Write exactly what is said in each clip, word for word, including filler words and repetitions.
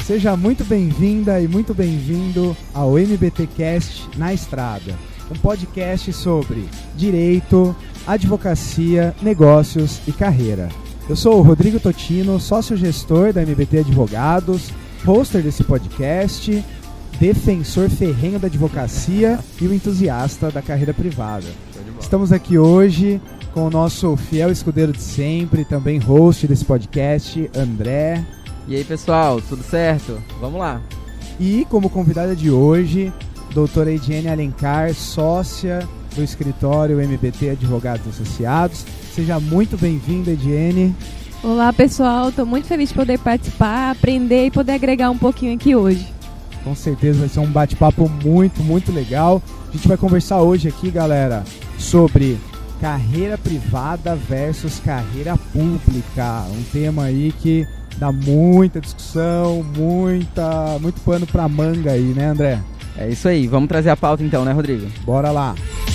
Seja muito bem-vinda e muito bem-vindo ao M B T Cast na Estrada, um podcast sobre direito, advocacia, negócios e carreira. Eu sou o Rodrigo Totino, sócio-gestor da M B T Advogados, hoster desse podcast, defensor ferrenho da advocacia e o entusiasta da carreira privada. Estamos aqui hoje com o nosso fiel escudeiro de sempre, também host desse podcast, André. E aí, pessoal, tudo certo? Vamos lá. E como convidada de hoje, doutora Ediene Alencar, sócia do escritório M B T Advogados Associados. Seja muito bem-vinda, Ediene. Olá, pessoal. Estou muito feliz de poder participar, aprender e poder agregar um pouquinho aqui hoje. Com certeza vai ser um bate-papo muito, muito legal. A gente vai conversar hoje aqui, galera, sobre carreira privada versus carreira pública. Um tema aí que dá muita discussão, muita, muito pano pra manga aí, né, André? É isso aí. Vamos trazer a pauta então, né, Rodrigo? Bora lá.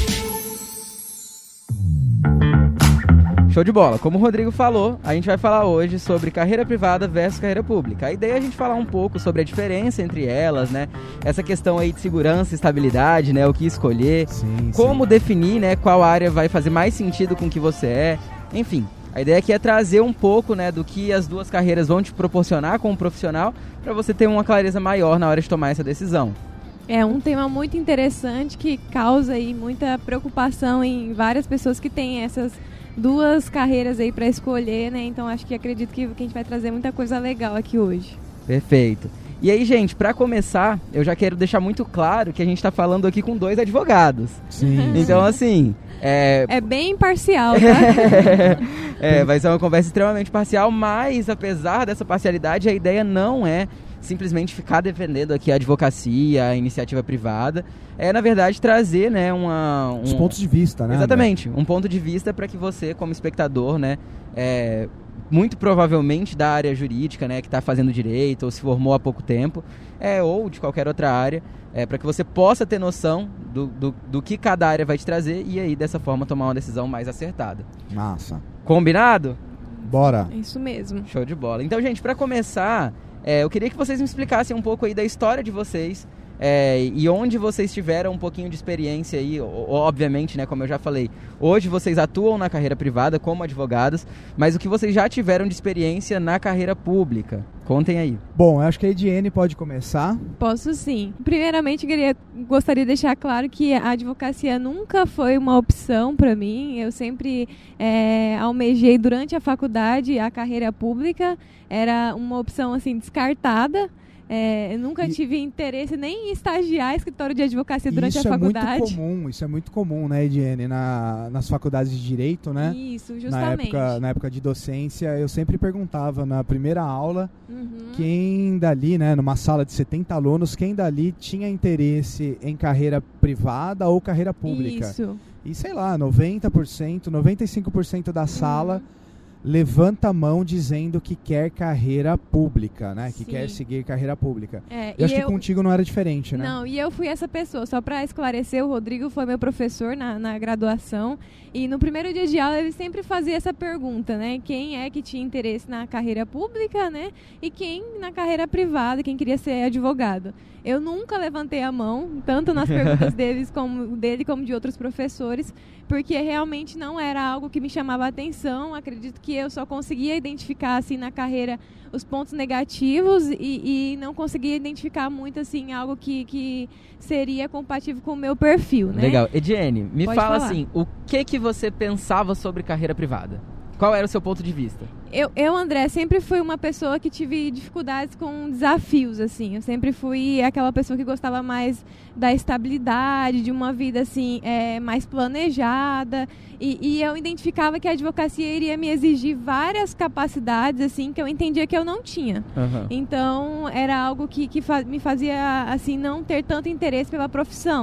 Show de bola. Como o Rodrigo falou, a gente vai falar hoje sobre carreira privada versus carreira pública. A ideia é a gente falar um pouco sobre a diferença entre elas, né? Essa questão aí de segurança e estabilidade, né? O que escolher, sim, como sim. definir, né? Qual área vai fazer mais sentido com o que você é. Enfim, a ideia aqui é trazer um pouco, né, do que as duas carreiras vão te proporcionar como profissional para você ter uma clareza maior na hora de tomar essa decisão. É um tema muito interessante que causa aí muita preocupação em várias pessoas que têm essas duas carreiras aí para escolher, né? Então acho que acredito que, que a gente vai trazer muita coisa legal aqui hoje. Perfeito. E aí, gente, para começar, eu já quero deixar muito claro que a gente está falando aqui com dois advogados. Sim. Então, assim... É, é bem imparcial, tá? é, vai ser uma conversa extremamente parcial, mas apesar dessa parcialidade, a ideia não é simplesmente ficar defendendo aqui a advocacia, a iniciativa privada. É, na verdade, trazer, né, uma... Um... Os pontos de vista, né? Exatamente. André? Um ponto de vista para que você, como espectador, né, é, muito provavelmente da área jurídica, né, que está fazendo direito ou se formou há pouco tempo, é, ou de qualquer outra área, é, para que você possa ter noção do, do, do que cada área vai te trazer e aí, dessa forma, tomar uma decisão mais acertada. Massa. Combinado? Bora. É isso mesmo. Show de bola. Então, gente, para começar... É, eu queria que vocês me explicassem um pouco aí da história de vocês é, e onde vocês tiveram um pouquinho de experiência aí, obviamente, né, como eu já falei, hoje vocês atuam na carreira privada como advogados, mas o que vocês já tiveram de experiência na carreira pública? Contem aí. Bom, eu acho que a Ediene pode começar. Posso sim. Primeiramente, queria, gostaria de deixar claro que a advocacia nunca foi uma opção para mim. Eu sempre é, almejei durante a faculdade a carreira pública. Era uma opção assim descartada. É, eu nunca e... tive interesse nem em estagiar em escritório de advocacia durante isso a faculdade. Isso é muito comum, isso é muito comum, né, Ediene, na, nas faculdades de Direito, né? Isso, justamente. Na época, na época de docência, eu sempre perguntava na primeira aula, uhum. quem dali, né, numa sala de setenta alunos, quem dali tinha interesse em carreira privada ou carreira pública. Isso. E sei lá, noventa por cento, noventa e cinco por cento da sala... Uhum. levanta a mão dizendo que quer carreira pública, né? Que Sim. quer seguir carreira pública. É, eu acho eu... que contigo não era diferente, né? Não, e eu fui essa pessoa. Só para esclarecer, o Rodrigo foi meu professor na, na graduação. E no primeiro dia de aula ele sempre fazia essa pergunta, né? Quem é que tinha interesse na carreira pública, né? E quem na carreira privada, quem queria ser advogado. Eu nunca levantei a mão, tanto nas perguntas deles como, dele como de outros professores, porque realmente não era algo que me chamava a atenção. Acredito que eu só conseguia identificar assim na carreira os pontos negativos e, e não conseguia identificar muito assim algo que, que seria compatível com o meu perfil, né? Legal. Ediene, me Pode fala falar. assim, o que que você pensava sobre carreira privada? Qual era o seu ponto de vista? Eu, eu, André, sempre fui uma pessoa que tive dificuldades com desafios, assim. Eu sempre fui aquela pessoa que gostava mais da estabilidade, de uma vida, assim, é, mais planejada. E, e eu identificava que a advocacia iria me exigir várias capacidades, assim, que eu entendia que eu não tinha. Uhum. Então, era algo que, que fa- me fazia, assim, não ter tanto interesse pela profissão.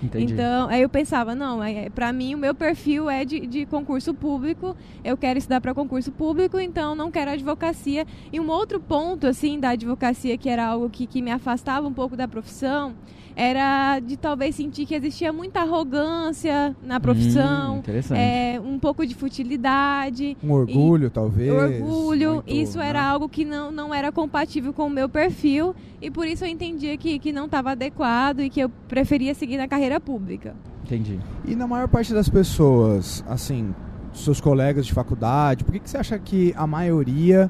Entendi. Então, aí eu pensava, não, é, para mim o meu perfil é de, de concurso público, eu quero estudar para concurso público, então não quero advocacia. E um outro ponto, assim, da advocacia, que era algo que, que me afastava um pouco da profissão, era de talvez sentir que existia muita arrogância na profissão, hum, interessante. É, um pouco de futilidade. Um orgulho, e, talvez. Orgulho, muito, isso né? era algo que não, não era compatível com o meu perfil e por isso eu entendia que, que não estava adequado e que eu preferia seguir na carreira pública. Entendi. E na maior parte das pessoas, assim, seus colegas de faculdade, por que, que você acha que a maioria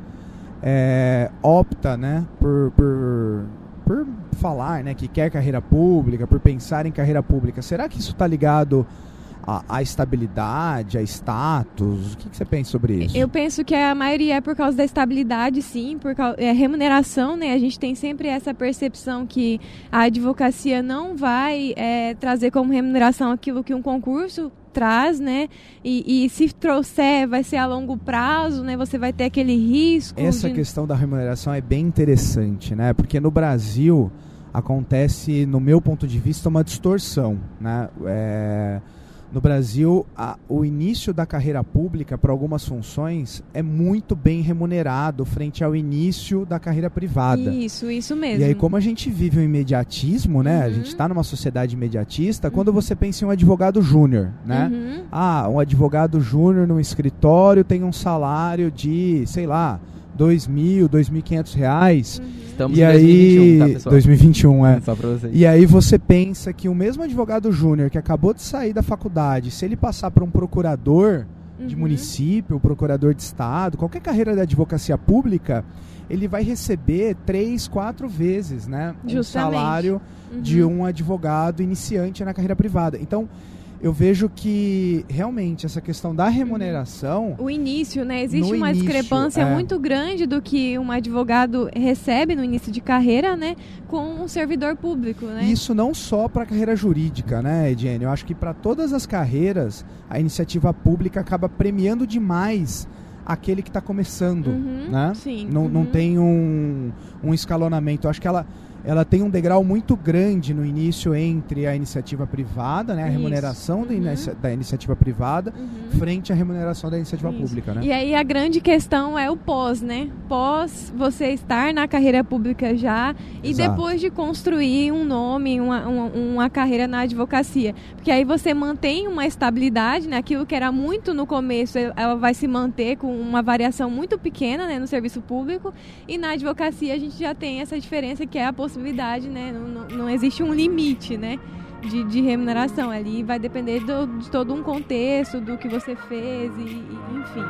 é, opta, né, por... por por falar, né, que quer carreira pública, por pensar em carreira pública? Será que isso está ligado à, à estabilidade, a status? O que, que você pensa sobre isso? Eu penso que a maioria é por causa da estabilidade, sim, por causa é remuneração, né? A gente tem sempre essa percepção que a advocacia não vai é, trazer como remuneração aquilo que um concurso traz, né? E, e se trouxer, vai ser a longo prazo, né? Você vai ter aquele risco. Essa de... questão da remuneração é bem interessante, né? Porque no Brasil acontece, no meu ponto de vista, uma distorção, né? É... No Brasil, a, o início da carreira pública para algumas funções é muito bem remunerado frente ao início da carreira privada. Isso, isso mesmo. E aí, como a gente vive o imediatismo, né? Uhum. A gente está numa sociedade imediatista. Uhum. Quando você pensa em um advogado júnior, né? Uhum. Ah, um advogado júnior num escritório tem um salário de, sei lá, dois mil, dois mil e quinhentos reais. Uhum. Estamos e em aí, dois mil e vinte e um, tá, pessoal? dois mil e vinte e um, é. Só pra vocês. E aí você pensa que o mesmo advogado júnior que acabou de sair da faculdade, se ele passar para um procurador uhum. de município, procurador de estado, qualquer carreira da advocacia pública, ele vai receber três, quatro vezes, né, um salário uhum. de um advogado iniciante na carreira privada. Então, eu vejo que realmente essa questão da remuneração... O início, né? Existe no uma início, discrepância é. muito grande do que um advogado recebe no início de carreira, né? Com um servidor público, né? Isso não só para a carreira jurídica, né, Ediene? Eu acho que para todas as carreiras, a iniciativa pública acaba premiando demais aquele que está começando, uhum, né? Sim. Não, uhum. não tem um, um escalonamento. Eu acho que ela... ela tem um degrau muito grande no início entre a iniciativa privada, né, a Isso. remuneração uhum. da, inicia- da iniciativa privada, uhum. frente à remuneração da iniciativa Isso. pública, né? E aí a grande questão é o pós, né? Pós você estar na carreira pública já e Exato. depois de construir um nome, uma, uma, uma carreira na advocacia. Porque aí você mantém uma estabilidade, né? Aquilo que era muito no começo, ela vai se manter com uma variação muito pequena, né, no serviço público, e na advocacia a gente já tem essa diferença que é a possibilidade, né? Não, não, não existe um limite, né? De, de remuneração. Ali vai depender do, de todo um contexto, do que você fez, e, e, enfim.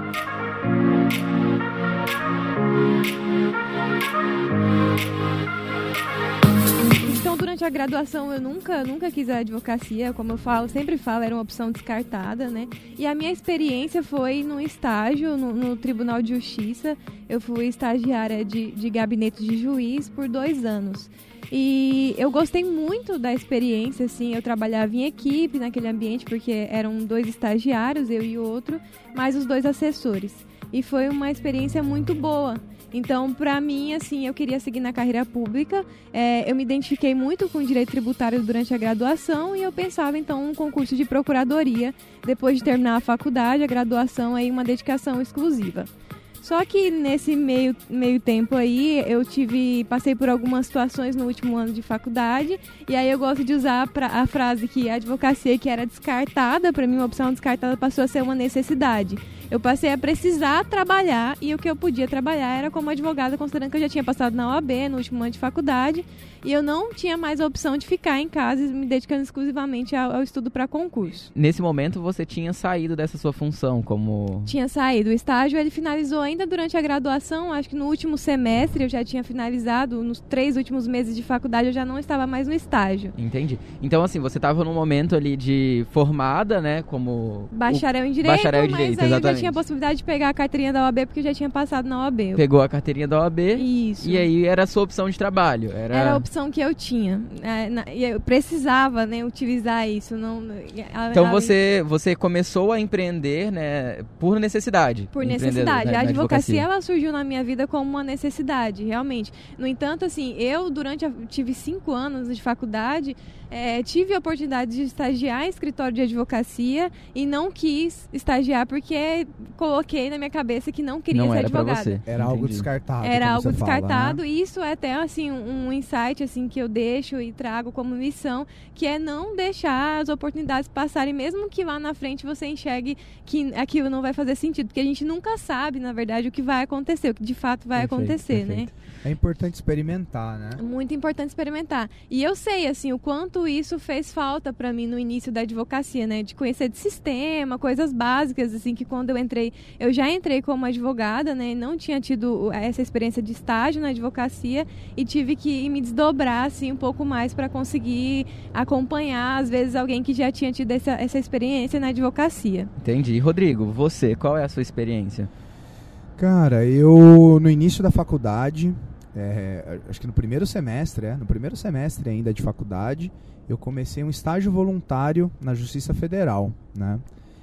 Então, durante a graduação, eu nunca, nunca quis a advocacia, como eu falo, sempre falo, era uma opção descartada, né? E a minha experiência foi no estágio, no, no Tribunal de Justiça. Eu fui estagiária de, de gabinete de juiz por dois anos. E eu gostei muito da experiência, assim, eu trabalhava em equipe naquele ambiente, porque eram dois estagiários, eu e outro, mais os dois assessores. E foi uma experiência muito boa. Então, para mim, assim, eu queria seguir na carreira pública. É, eu me identifiquei muito com o direito tributário durante a graduação e eu pensava, então, um concurso de procuradoria. Depois de terminar a faculdade, a graduação, aí uma dedicação exclusiva. Só que nesse meio, meio tempo aí, eu tive, passei por algumas situações no último ano de faculdade, e aí eu gosto de usar pra, a frase que a advocacia, que era descartada, para mim uma opção descartada, passou a ser uma necessidade. Eu passei a precisar trabalhar, e o que eu podia trabalhar era como advogada, considerando que eu já tinha passado na O A B, no último ano de faculdade, e eu não tinha mais a opção de ficar em casa, me dedicando exclusivamente ao, ao estudo para concurso. Nesse momento, você tinha saído dessa sua função como... Tinha saído. O estágio, ele finalizou ainda durante a graduação, acho que no último semestre eu já tinha finalizado, nos três últimos meses de faculdade eu já não estava mais no estágio. Entendi. Então, assim, você estava num momento ali de formada, né, como... Bacharel em Direito, Bacharel em mas Direito, aí exatamente. já tinha a possibilidade de pegar a carteirinha da O A B, porque eu já tinha passado na O A B. Pegou a carteirinha da O A B. Isso. E aí era a sua opção de trabalho. Era, era a opção que eu tinha. É, na, e eu precisava, né, utilizar isso. Não, a, então a, você, você começou a empreender, né, por necessidade. Por necessidade. Né, a advocacia, ela surgiu na minha vida como uma necessidade, realmente. No entanto, assim, eu durante a, tive cinco anos de faculdade, é, tive a oportunidade de estagiar em escritório de advocacia e não quis estagiar porque coloquei na minha cabeça que não queria não ser era advogada. Pra você. Era Entendi. algo descartado. Era algo descartado, fala, né? E isso é até assim um insight assim que eu deixo e trago como missão, que é não deixar as oportunidades passarem, mesmo que lá na frente você enxergue que aquilo não vai fazer sentido, porque a gente nunca sabe, na verdade, o que vai acontecer, o que de fato vai Perfeito, acontecer, perfeito. né? É importante experimentar, né? Muito importante experimentar. E eu sei, assim, o quanto isso fez falta para mim no início da advocacia, né? De conhecer de sistema, coisas básicas, assim, que quando eu entrei, eu já entrei como advogada, né? Não tinha tido essa experiência de estágio na advocacia e tive que me desdobrar, assim, um pouco mais para conseguir acompanhar, às vezes, alguém que já tinha tido essa, essa experiência na advocacia. Entendi. Rodrigo, você, qual é a sua experiência? Cara, eu, no início da faculdade... É, acho que no primeiro semestre, é, no primeiro semestre ainda de faculdade, eu comecei um estágio voluntário na Justiça Federal, né?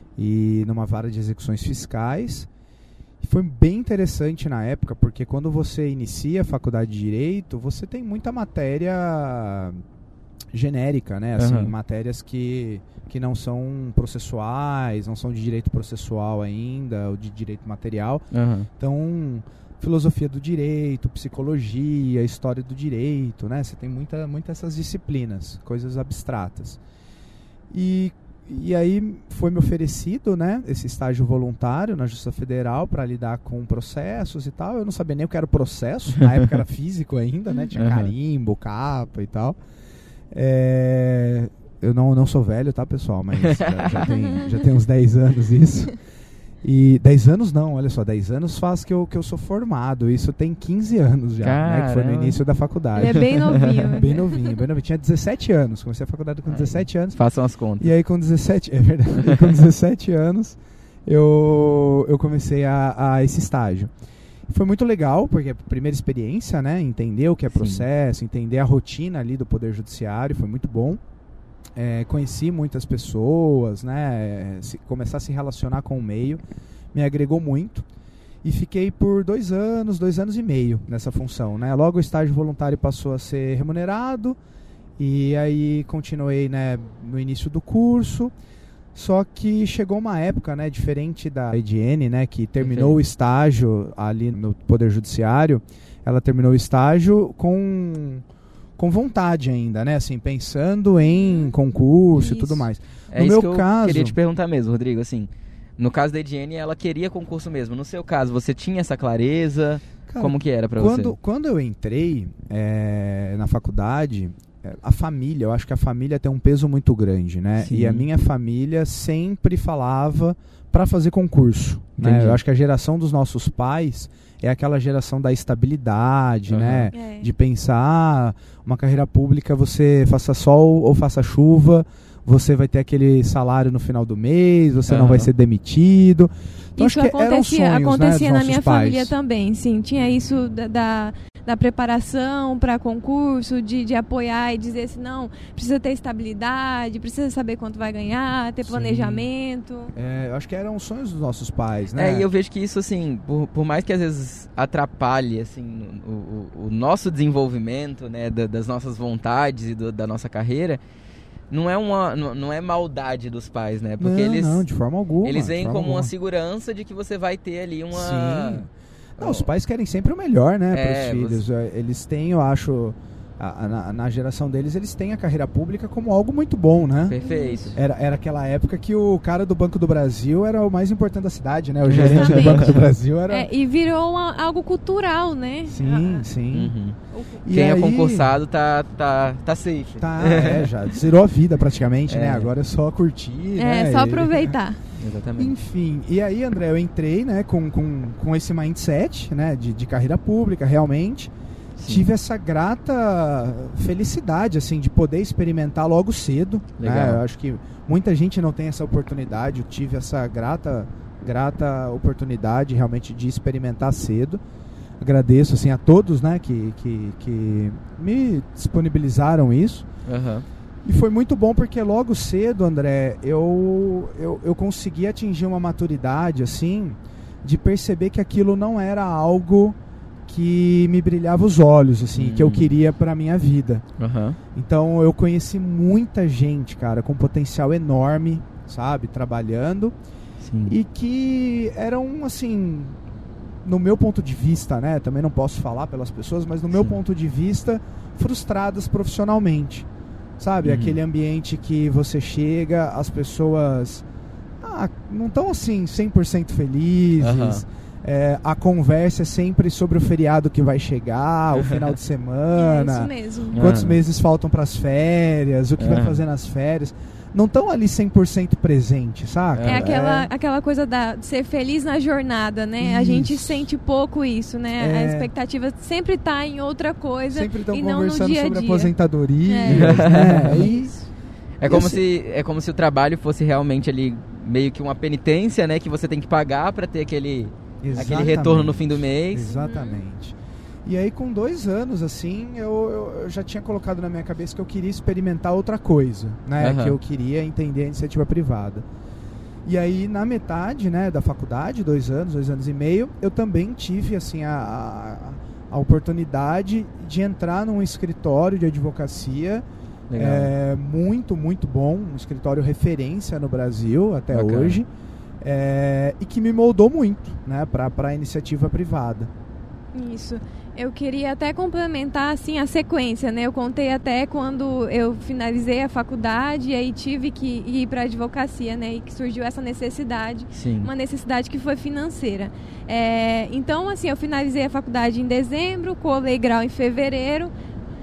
E numa vara de execuções fiscais. E foi bem interessante na época, porque quando você inicia a faculdade de Direito, você tem muita matéria genérica, né? Assim, uhum. matérias que, que não são processuais, não são de direito processual ainda, ou de direito material. Uhum. Então... filosofia do direito, psicologia, história do direito, né? Você tem muita, muita essas disciplinas, coisas abstratas. E, e aí foi me oferecido, né, esse estágio voluntário na Justiça Federal para lidar com processos e tal. Eu não sabia nem o que era o processo, na época era físico ainda, né? Tinha carimbo, capa e tal. É, eu não, não sou velho, tá, pessoal? Mas já, já, tem, já tem uns dez anos isso. E dez anos não, olha só, dez anos faz que eu, que eu sou formado. Isso tem quinze anos já, né, que foi no início da faculdade. Ele é bem novinho. bem novinho, bem novinho. Tinha dezessete anos, comecei a faculdade com dezessete anos. Façam as contas. E aí com dezessete, é verdade, e com dezessete anos eu, eu comecei a, a esse estágio. Foi muito legal, porque a primeira experiência, né, entender o que é processo, Sim. entender a rotina ali do Poder Judiciário, foi muito bom. É, conheci muitas pessoas, né, se, começar a se relacionar com o meio, me agregou muito. E fiquei por dois anos, dois anos e meio nessa função, né. Logo o estágio voluntário passou a ser remunerado, e aí continuei, né, no início do curso. Só que chegou uma época, né, diferente da Ediene, né, que terminou Perfeito. o estágio ali no Poder Judiciário. Ela terminou o estágio com... com vontade ainda, né? Assim, pensando em concurso isso. e tudo mais. É no isso meu que eu caso, queria te perguntar mesmo, Rodrigo, assim, no caso da Ediene, ela queria concurso mesmo. No seu caso, você tinha essa clareza? Cara, como que era pra quando, você? Quando eu entrei é, na faculdade, a família, eu acho que a família tem um peso muito grande, né? Sim. E a minha família sempre falava para fazer concurso, né? Eu acho que a geração dos nossos pais é aquela geração da estabilidade, uhum. né? É. De pensar, uma carreira pública, você faça sol ou faça chuva, você vai ter aquele salário no final do mês, você uhum. não vai ser demitido. Então, isso acho que acontecia, eram sonhos, acontecia né, na minha pais. família também, sim. Tinha isso da, da, da preparação para concurso, de, de apoiar e dizer assim, não, precisa ter estabilidade, precisa saber quanto vai ganhar, ter sim. planejamento. É, eu acho que eram sonhos dos nossos pais, né? É, e eu vejo que isso, assim, por, por mais que às vezes atrapalhe, assim, o, o, o nosso desenvolvimento, né, da, das nossas vontades e do, da nossa carreira, não é uma não, não é maldade dos pais, né? Porque não, eles não, de forma alguma. Eles veem como alguma. uma segurança de que você vai ter ali uma... Sim. Não, os pais querem sempre o melhor, né, é, para os filhos. Você... Eles têm, eu acho, a, a, na, na geração deles, eles têm a carreira pública como algo muito bom, né? Perfeito. Era, era aquela época que o cara do Banco do Brasil era o mais importante da cidade, né? O gerente Exatamente. do Banco do Brasil era... É, e virou uma, algo cultural, né? Sim, ah. sim. Uhum. Quem aí, é concursado tá, tá, tá safe. Tá, é, já zerou a vida praticamente, é. né? Agora é só curtir, É, né? só aproveitar. E... Exatamente. Enfim, e aí, André, eu entrei, né, com, com, com esse mindset, né, de, de carreira pública, realmente. Sim. Tive essa grata felicidade, assim, de poder experimentar logo cedo. Né? Eu acho que muita gente não tem essa oportunidade. Eu tive essa grata grata oportunidade realmente de experimentar cedo. Agradeço assim, a todos, né, que, que, que me disponibilizaram isso. Uhum. E foi muito bom porque logo cedo, André, eu, eu, eu consegui atingir uma maturidade assim, de perceber que aquilo não era algo que me brilhava os olhos, assim, hum. que eu queria para minha vida. Uhum. Então eu conheci muita gente, cara, com potencial enorme, sabe, trabalhando. Sim. E que eram, assim, no meu ponto de vista, né, também não posso falar pelas pessoas, mas no meu Sim. ponto de vista, frustradas profissionalmente, sabe? Uhum. Aquele ambiente que você chega, as pessoas ah, não estão assim cem por cento felizes, Uhum. é, a conversa é sempre sobre o feriado que vai chegar, o final de semana, É isso mesmo. quantos Uhum. meses faltam para as férias, o que Uhum. vai fazer nas férias. Não estão ali cem por cento presente, saca? É aquela, aquela coisa da, de ser feliz na jornada, né? Isso. A gente sente pouco isso, né? É. A expectativa sempre tá em outra coisa Sempre estão e não no conversando dia a sobre dia. aposentadoria. É. Né? E, É como, assim- se, é como se o trabalho fosse realmente ali meio que uma penitência, né? Que você tem que pagar para ter aquele, aquele Exatamente. retorno no fim do mês. Exatamente. E aí com dois anos, assim, eu, eu, eu já tinha colocado na minha cabeça que eu queria experimentar outra coisa, né? Uhum. Que eu queria entender a iniciativa privada. E aí na metade, né, da faculdade, dois anos, dois anos e meio, eu também tive, assim, a, a, a oportunidade de entrar num escritório de advocacia Legal. é, muito, muito bom, um escritório referência no Brasil até Bacana. hoje, é, e que me moldou muito, né, para a iniciativa privada. Isso. Eu queria até complementar assim a sequência, né? Eu contei até quando eu finalizei a faculdade e aí tive que ir para a advocacia, né? E que surgiu essa necessidade, Sim. uma necessidade que foi financeira. É, então, assim, eu finalizei a faculdade em dezembro, colei grau em fevereiro.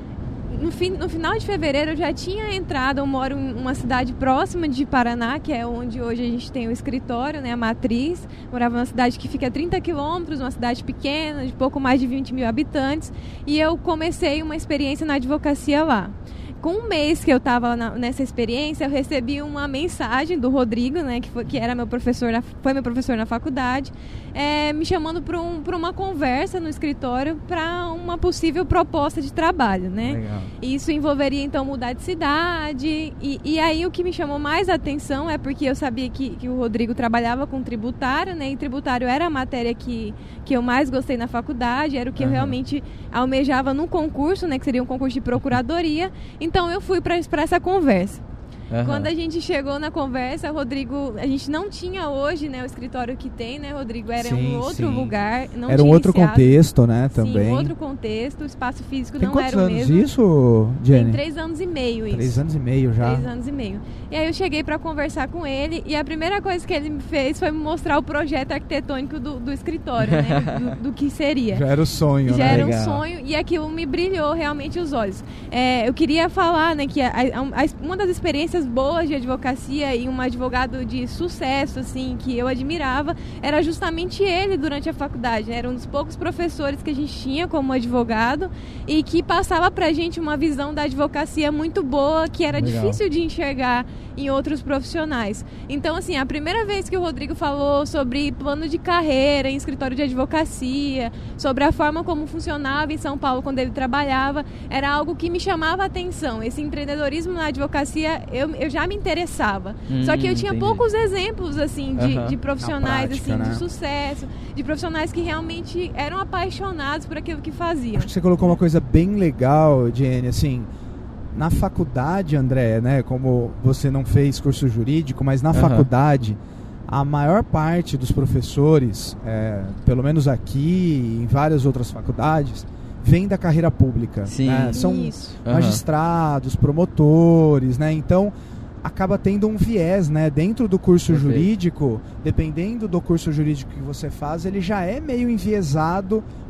No, fim, no final de fevereiro eu já tinha entrado, eu moro em uma cidade próxima de Paraná, que é onde hoje a gente tem o escritório, né, a matriz. Morava numa cidade que fica a trinta quilômetros, uma cidade pequena, de pouco mais de vinte mil habitantes. E eu comecei uma experiência na advocacia lá. Com um mês que eu estava nessa experiência, eu recebi uma mensagem do Rodrigo, né, que, foi, que era meu professor na, foi meu professor na faculdade, é, me chamando para um, para uma conversa no escritório para uma possível proposta de trabalho, né? Legal. Isso envolveria então mudar de cidade e, e aí o que me chamou mais a atenção é porque eu sabia que, que o Rodrigo trabalhava com tributário, né? E tributário era a matéria que, que eu mais gostei na faculdade, era o que Uhum. eu realmente almejava no concurso, né? Que seria um concurso de procuradoria. Então eu fui para essa conversa. Uhum. Quando a gente chegou na conversa, Rodrigo, a gente não tinha hoje, né, o escritório que tem, né, Rodrigo? Era Sim, um outro sim. lugar, não Era um tinha outro iniciado. contexto, né, também. Sim, outro contexto, o espaço físico Tem não quantos era o anos mesmo. isso, Jenny? Tem três anos e meio isso. Três anos e meio já. Três anos e meio. E aí eu cheguei para conversar com ele e a primeira coisa que ele me fez foi me mostrar o projeto arquitetônico do, do escritório, né? Do, do que seria. Já era o sonho, Já né? era um Legal. sonho e aquilo me brilhou realmente os olhos. É, eu queria falar, né, que a, a, a, uma das experiências boas de advocacia e um advogado de sucesso, assim, que eu admirava, era justamente ele durante a faculdade, né? Era um dos poucos professores que a gente tinha como advogado e que passava pra gente uma visão da advocacia muito boa, que era Legal. difícil de enxergar em outros profissionais. Então, assim, a primeira vez que o Rodrigo falou sobre plano de carreira em escritório de advocacia, sobre a forma como funcionava em São Paulo quando ele trabalhava, era algo que me chamava a atenção. Esse empreendedorismo na advocacia, eu, eu já me interessava. Hum, Só que eu tinha entendi. poucos exemplos, assim, de, Aham. de profissionais, Na prática, assim, né? de sucesso, de profissionais que realmente eram apaixonados por aquilo que faziam. Acho que você colocou uma coisa bem legal, Jenny, assim, na faculdade, André, né, como você não fez curso jurídico, mas na Aham. faculdade, a maior parte dos professores, é, pelo menos aqui e em várias outras faculdades, vem da carreira pública. Sim. Né? São Isso. Aham. magistrados, promotores, né? Então acaba tendo um viés, né? Dentro do curso Perfeito. jurídico, dependendo do curso jurídico que você faz, ele já é meio enviesado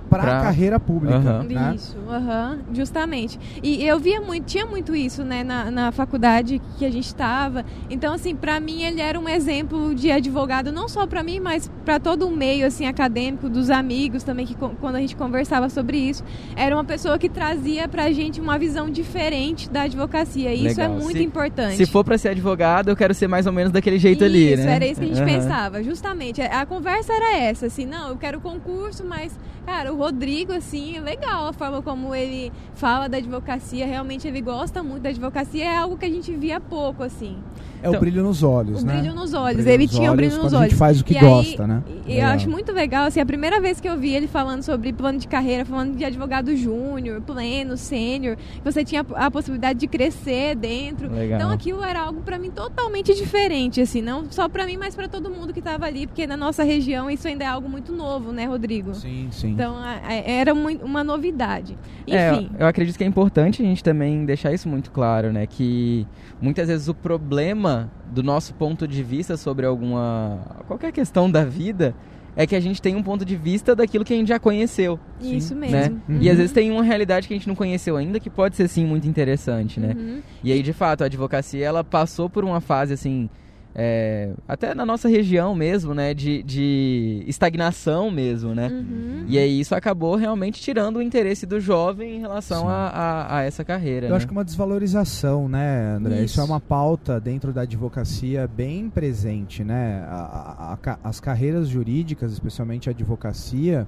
para pra... a carreira pública. Uhum. Né? Isso, uhum, justamente. E eu via muito, tinha muito isso, né, na, na faculdade que a gente estava. Então, assim, para mim ele era um exemplo de advogado, não só para mim, mas para todo o meio, assim, acadêmico, dos amigos também, que quando a gente conversava sobre isso, era uma pessoa que trazia pra gente uma visão diferente da advocacia. E isso é muito se, importante. Se for para ser advogado, eu quero ser mais ou menos daquele jeito isso, ali, né? Isso, era isso que a gente uhum. pensava, justamente. A conversa era essa, assim, não, eu quero concurso, mas, cara, o Rodrigo, assim, é legal a forma como ele fala da advocacia, realmente ele gosta muito da advocacia, é algo que a gente via pouco, assim. É então, o brilho nos olhos, o né? brilho nos olhos, brilho ele nos tinha o brilho nos olhos. Quando a gente faz o que e gosta, aí, né? E eu acho muito legal, assim, a primeira vez que eu vi ele falando sobre plano de carreira, falando de advogado júnior, pleno, sênior, você tinha a possibilidade de crescer dentro. Legal. Então aquilo era algo pra mim totalmente diferente, assim, não só pra mim, mas pra todo mundo que tava ali, porque na nossa região isso ainda é algo muito novo, né, Rodrigo? Sim, sim. Então a, a, era muito, uma novidade. Enfim. É, eu, eu acredito que é importante a gente também deixar isso muito claro, né, que muitas vezes o problema do nosso ponto de vista sobre alguma qualquer questão da vida é que a gente tem um ponto de vista daquilo que a gente já conheceu. Isso né? mesmo. Uhum. Uhum. E às vezes tem uma realidade que a gente não conheceu ainda que pode ser sim muito interessante, né? Uhum. E aí de fato a advocacia ela passou por uma fase assim É, até na nossa região mesmo, né, de, de estagnação mesmo, né, uhum. e aí isso acabou realmente tirando o interesse do jovem em relação a, a, a essa carreira. Eu né? acho que uma desvalorização, né, André, isso. Isso é uma pauta dentro da advocacia bem presente, né, a, a, a, as carreiras jurídicas, especialmente a advocacia,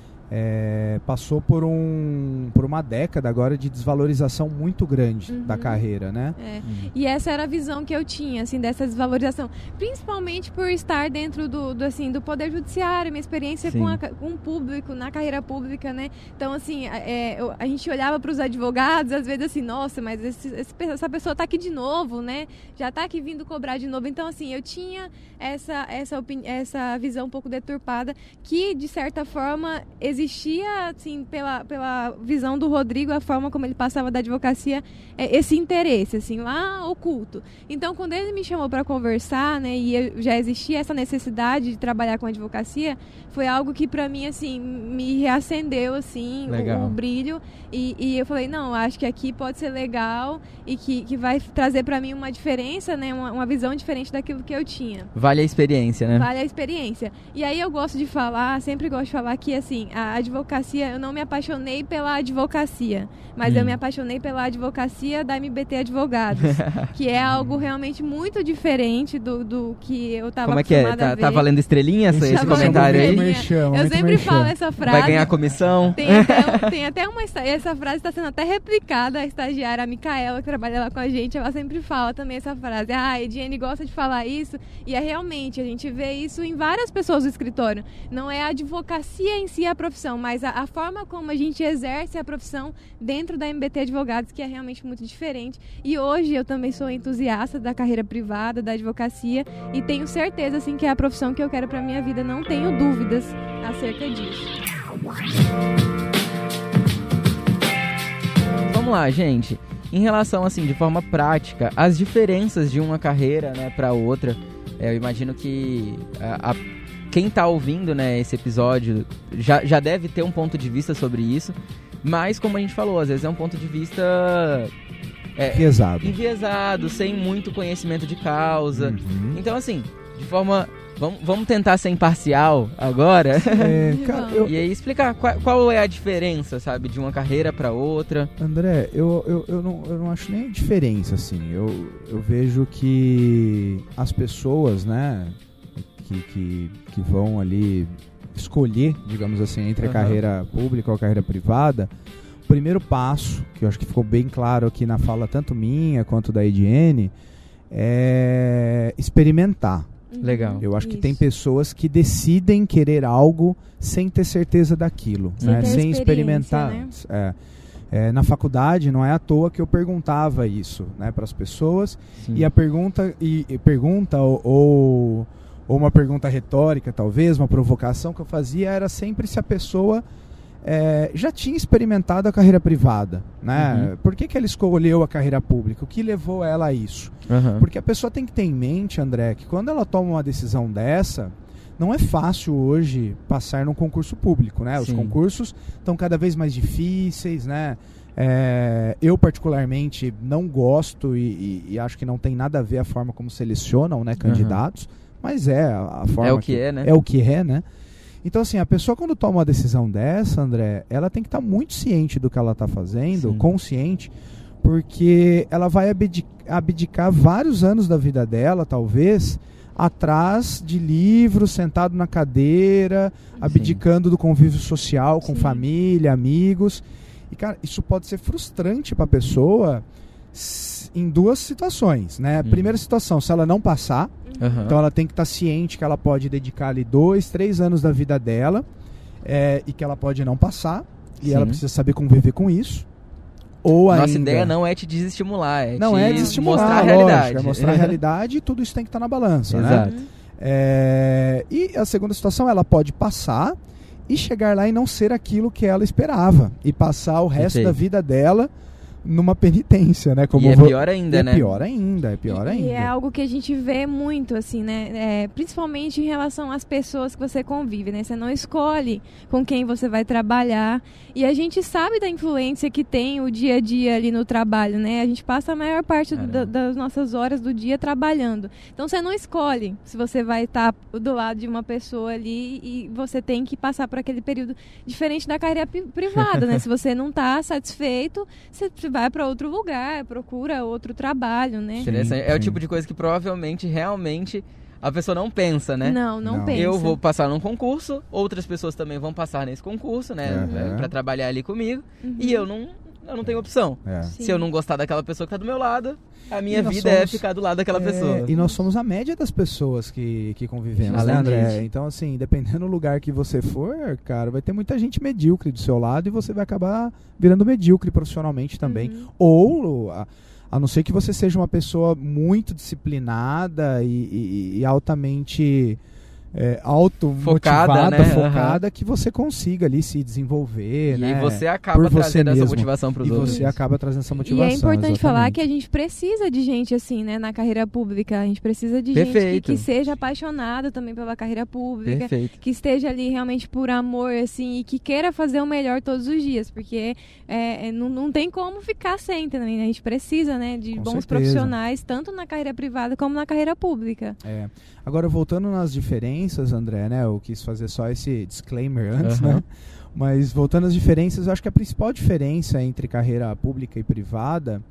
É, passou por, um, por uma década agora de desvalorização muito grande uhum. da carreira, né? É. Uhum. E essa era a visão que eu tinha, assim, dessa desvalorização. Principalmente por estar dentro do, do, assim, do Poder Judiciário, minha experiência com, a, com o público, na carreira pública, né? Então, assim, é, eu, a gente olhava para os advogados, às vezes assim, nossa, mas esse, esse, essa pessoa está aqui de novo, né? Já está aqui vindo cobrar de novo. Então, assim, eu tinha essa, essa, opini- essa visão um pouco deturpada que, de certa forma, existia, assim, pela, pela visão do Rodrigo, a forma como ele passava da advocacia, é, esse interesse, assim, lá oculto. Então, quando ele me chamou para conversar, né, e eu, já existia essa necessidade de trabalhar com advocacia, foi algo que, para mim, assim, me reacendeu, assim, o, o brilho. E, e eu falei, não, acho que aqui pode ser legal e que, que vai trazer para mim uma diferença, né, uma, uma visão diferente daquilo que eu tinha. Vale a experiência, né? Vale a experiência. E aí eu gosto de falar, sempre gosto de falar que, assim, a advocacia, eu não me apaixonei pela advocacia, mas hum. eu me apaixonei pela advocacia da M B T Advogados, que é algo realmente muito diferente do, do que eu estava acostumada Como é que é? Tá, a ver. tá valendo estrelinha esse, esse tá comentário aí? Merchan, eu sempre merchan. falo essa frase. Vai ganhar comissão? Tem até, tem até uma... Essa frase está sendo até replicada, a estagiária, a Micaela, que trabalha lá com a gente, ela sempre fala também essa frase. Ah, a Ediene gosta de falar isso, e é realmente, a gente vê isso em várias pessoas do escritório. Não é a advocacia em si a profissão, mas a, a forma como a gente exerce a profissão dentro da M B T Advogados, que é realmente muito diferente. E hoje eu também sou entusiasta da carreira privada, da advocacia, e tenho certeza, assim, que é a profissão que eu quero para minha vida. Não tenho dúvidas acerca disso. Vamos lá, gente. Em relação, assim, de forma prática, as diferenças de uma carreira, né, para outra, eu imagino que a, a, quem está ouvindo, né, esse episódio já, já deve ter um ponto de vista sobre isso, mas, como a gente falou, às vezes é um ponto de vista... É, enviesado. Enviesado, sem muito conhecimento de causa. Uhum. Então, assim, de forma... Vamos, vamos tentar ser imparcial agora? É, cara, eu... E aí explicar qual, qual é a diferença, sabe, de uma carreira para outra. André, eu, eu, eu, não, eu não acho nem a diferença, assim. Eu, eu vejo que as pessoas, né, que, que, que vão ali escolher, digamos assim, entre a uhum. carreira pública ou a carreira privada, o primeiro passo, que eu acho que ficou bem claro aqui na fala tanto minha quanto da Ediene, é experimentar. Legal. Eu acho que Isso. tem pessoas que decidem querer algo sem ter certeza daquilo, sem, né? sem experimentar. Né? É, é, na faculdade não é à toa que eu perguntava isso, né, para as pessoas. Sim. E a pergunta, e, e pergunta ou, ou, ou uma pergunta retórica, talvez, uma provocação que eu fazia era sempre se a pessoa é, já tinha experimentado a carreira privada, né? Uhum. Por que que ela escolheu a carreira pública? O que levou ela a isso? Uhum. Porque a pessoa tem que ter em mente, André, que quando ela toma uma decisão dessa, não é fácil hoje passar num concurso público, né? Os Sim. concursos estão cada vez mais difíceis, né? É, eu particularmente não gosto e, e, e acho que não tem nada a ver a forma como selecionam, né, candidatos, uhum. mas é a, a forma é o que, que é, né? É o que é, né? Então, assim, a pessoa quando toma uma decisão dessa, André, ela tem que estar tá muito ciente do que ela está fazendo, Sim. consciente, porque ela vai abdicar, abdicar vários anos da vida dela, talvez, atrás de livros, sentado na cadeira, Sim. abdicando do convívio social com Sim. família, amigos. E, cara, isso pode ser frustrante para a pessoa em duas situações, né? Hum. Primeira situação, se ela não passar, uhum. então ela tem que estar tá ciente que ela pode dedicar ali dois, três anos da vida dela é, e que ela pode não passar e Sim. ela precisa saber conviver com isso. Ou Nossa ainda... ideia não é te desestimular, é não te é desestimular, mostrar a realidade. Lógico, é mostrar a realidade e tudo isso tem que estar tá na balança, Exato. né? É... E a segunda situação, ela pode passar e chegar lá e não ser aquilo que ela esperava. E passar o resto Perfeito. da vida dela numa penitência, né? Como e é vou... pior ainda, é né? É pior ainda, é pior e, ainda. E é algo que a gente vê muito, assim, né? É, principalmente em relação às pessoas que você convive, né? Você não escolhe com quem você vai trabalhar. E a gente sabe da influência que tem o dia a dia ali no trabalho, né? A gente passa a maior parte do, das nossas horas do dia trabalhando. Então você não escolhe se você vai estar do lado de uma pessoa ali e você tem que passar por aquele período diferente da carreira privada, né? Se você não está satisfeito, você vai para outro lugar, procura outro trabalho, né? Sim, é sim. o tipo de coisa que provavelmente, realmente, a pessoa não pensa, né? Não, não, não. pensa. Eu vou passar num concurso, outras pessoas também vão passar nesse concurso, né? Uhum. Para trabalhar ali comigo. Uhum. E eu não, eu não tenho opção. É. Se eu não gostar daquela pessoa que tá do meu lado, a minha vida somos, é ficar do lado daquela é, pessoa. E nós somos a média das pessoas que, que convivemos, né, André? Então, assim, dependendo do lugar que você for, cara, vai ter muita gente medíocre do seu lado e você vai acabar virando medíocre profissionalmente também. Uhum. Ou, a, a não ser que você seja uma pessoa muito disciplinada e, e, e altamente... É, auto-motivada, focada, né? focada uhum. que você consiga ali se desenvolver, e né? E você acaba Por trazendo você essa motivação para os outros. E você acaba trazendo essa motivação. E é importante exatamente. falar que a gente precisa de gente assim, né? Na carreira pública. A gente precisa de Perfeito. gente que, que seja apaixonada também pela carreira pública. Perfeito. Que esteja ali realmente por amor, assim, e que queira fazer o melhor todos os dias. Porque é, não, não tem como ficar sem também. A gente precisa, né? De Com bons certeza. profissionais, tanto na carreira privada como na carreira pública. É. Agora, voltando nas diferenças, André, né? Eu quis fazer só esse disclaimer antes, uhum. né? Mas voltando às diferenças, eu acho que a principal diferença entre carreira pública e privada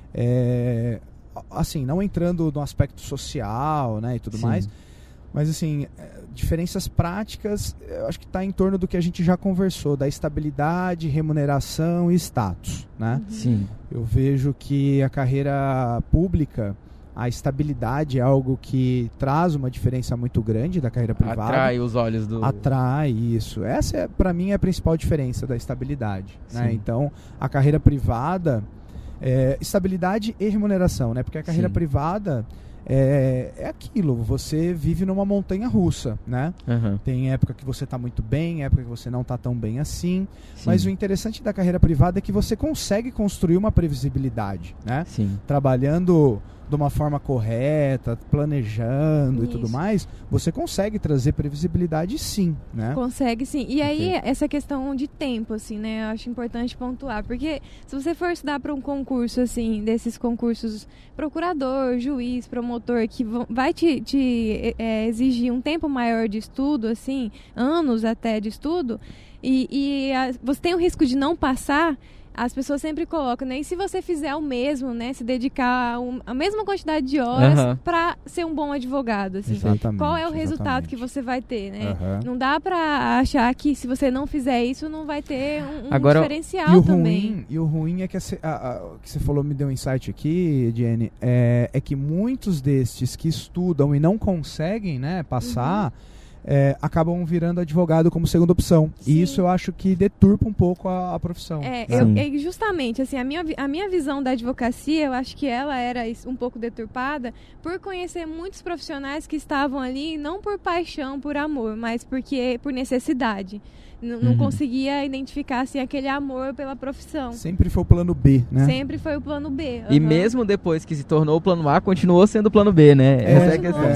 é, assim, não entrando no aspecto social, né, e tudo Sim. mais, mas assim, diferenças práticas, eu acho que está em torno do que a gente já conversou, da estabilidade, remuneração e status, né? Sim. Eu vejo que a carreira pública, a estabilidade é algo que traz uma diferença muito grande da carreira privada. Atrai os olhos do... Atrai, isso. Essa, é, para mim, é a principal diferença da estabilidade. Né? Então, a carreira privada... É, estabilidade e remuneração, né? Porque a carreira Sim. privada é, é aquilo. Você vive numa montanha russa, né? Uhum. Tem época que você está muito bem, época que você não está tão bem assim. Sim. Mas o interessante da carreira privada é que você consegue construir uma previsibilidade, né? Sim. Trabalhando... de uma forma correta, planejando Isso. e tudo mais, você consegue trazer previsibilidade sim, né? Consegue sim. E aí, okay. essa questão de tempo, assim, né? Eu acho importante pontuar, porque se você for estudar para um concurso, assim, desses concursos procurador, juiz, promotor, que vão, vai te, te é, exigir um tempo maior de estudo, assim, anos até de estudo, e, e a, você tem o risco de não passar. As pessoas sempre colocam, né? E se você fizer o mesmo, né? Se dedicar um, a mesma quantidade de horas uhum. para ser um bom advogado, assim. Exatamente, qual é o resultado exatamente. que você vai ter, né? Uhum. Não dá para achar que se você não fizer isso, não vai ter um, um Agora, diferencial e o também. Ruim, e o ruim é que, a, a, a, que você falou, me deu um insight aqui, Jenny, é, é que muitos destes que estudam e não conseguem, né, passar... Uhum. É, acabam virando advogado como segunda opção. Sim. E isso eu acho que deturpa um pouco a, a profissão. É, eu, eu, justamente, assim, a minha, a minha visão da advocacia, eu acho que ela era um pouco deturpada por conhecer muitos profissionais que estavam ali, não por paixão, por amor, mas porque por necessidade. N- não uhum. conseguia identificar assim, aquele amor pela profissão. Sempre foi o plano B, né? Sempre foi o plano B. Uhum. E mesmo depois que se tornou o plano A, continuou sendo o plano B, né? É, Essa é a questão. questão. Sendo, e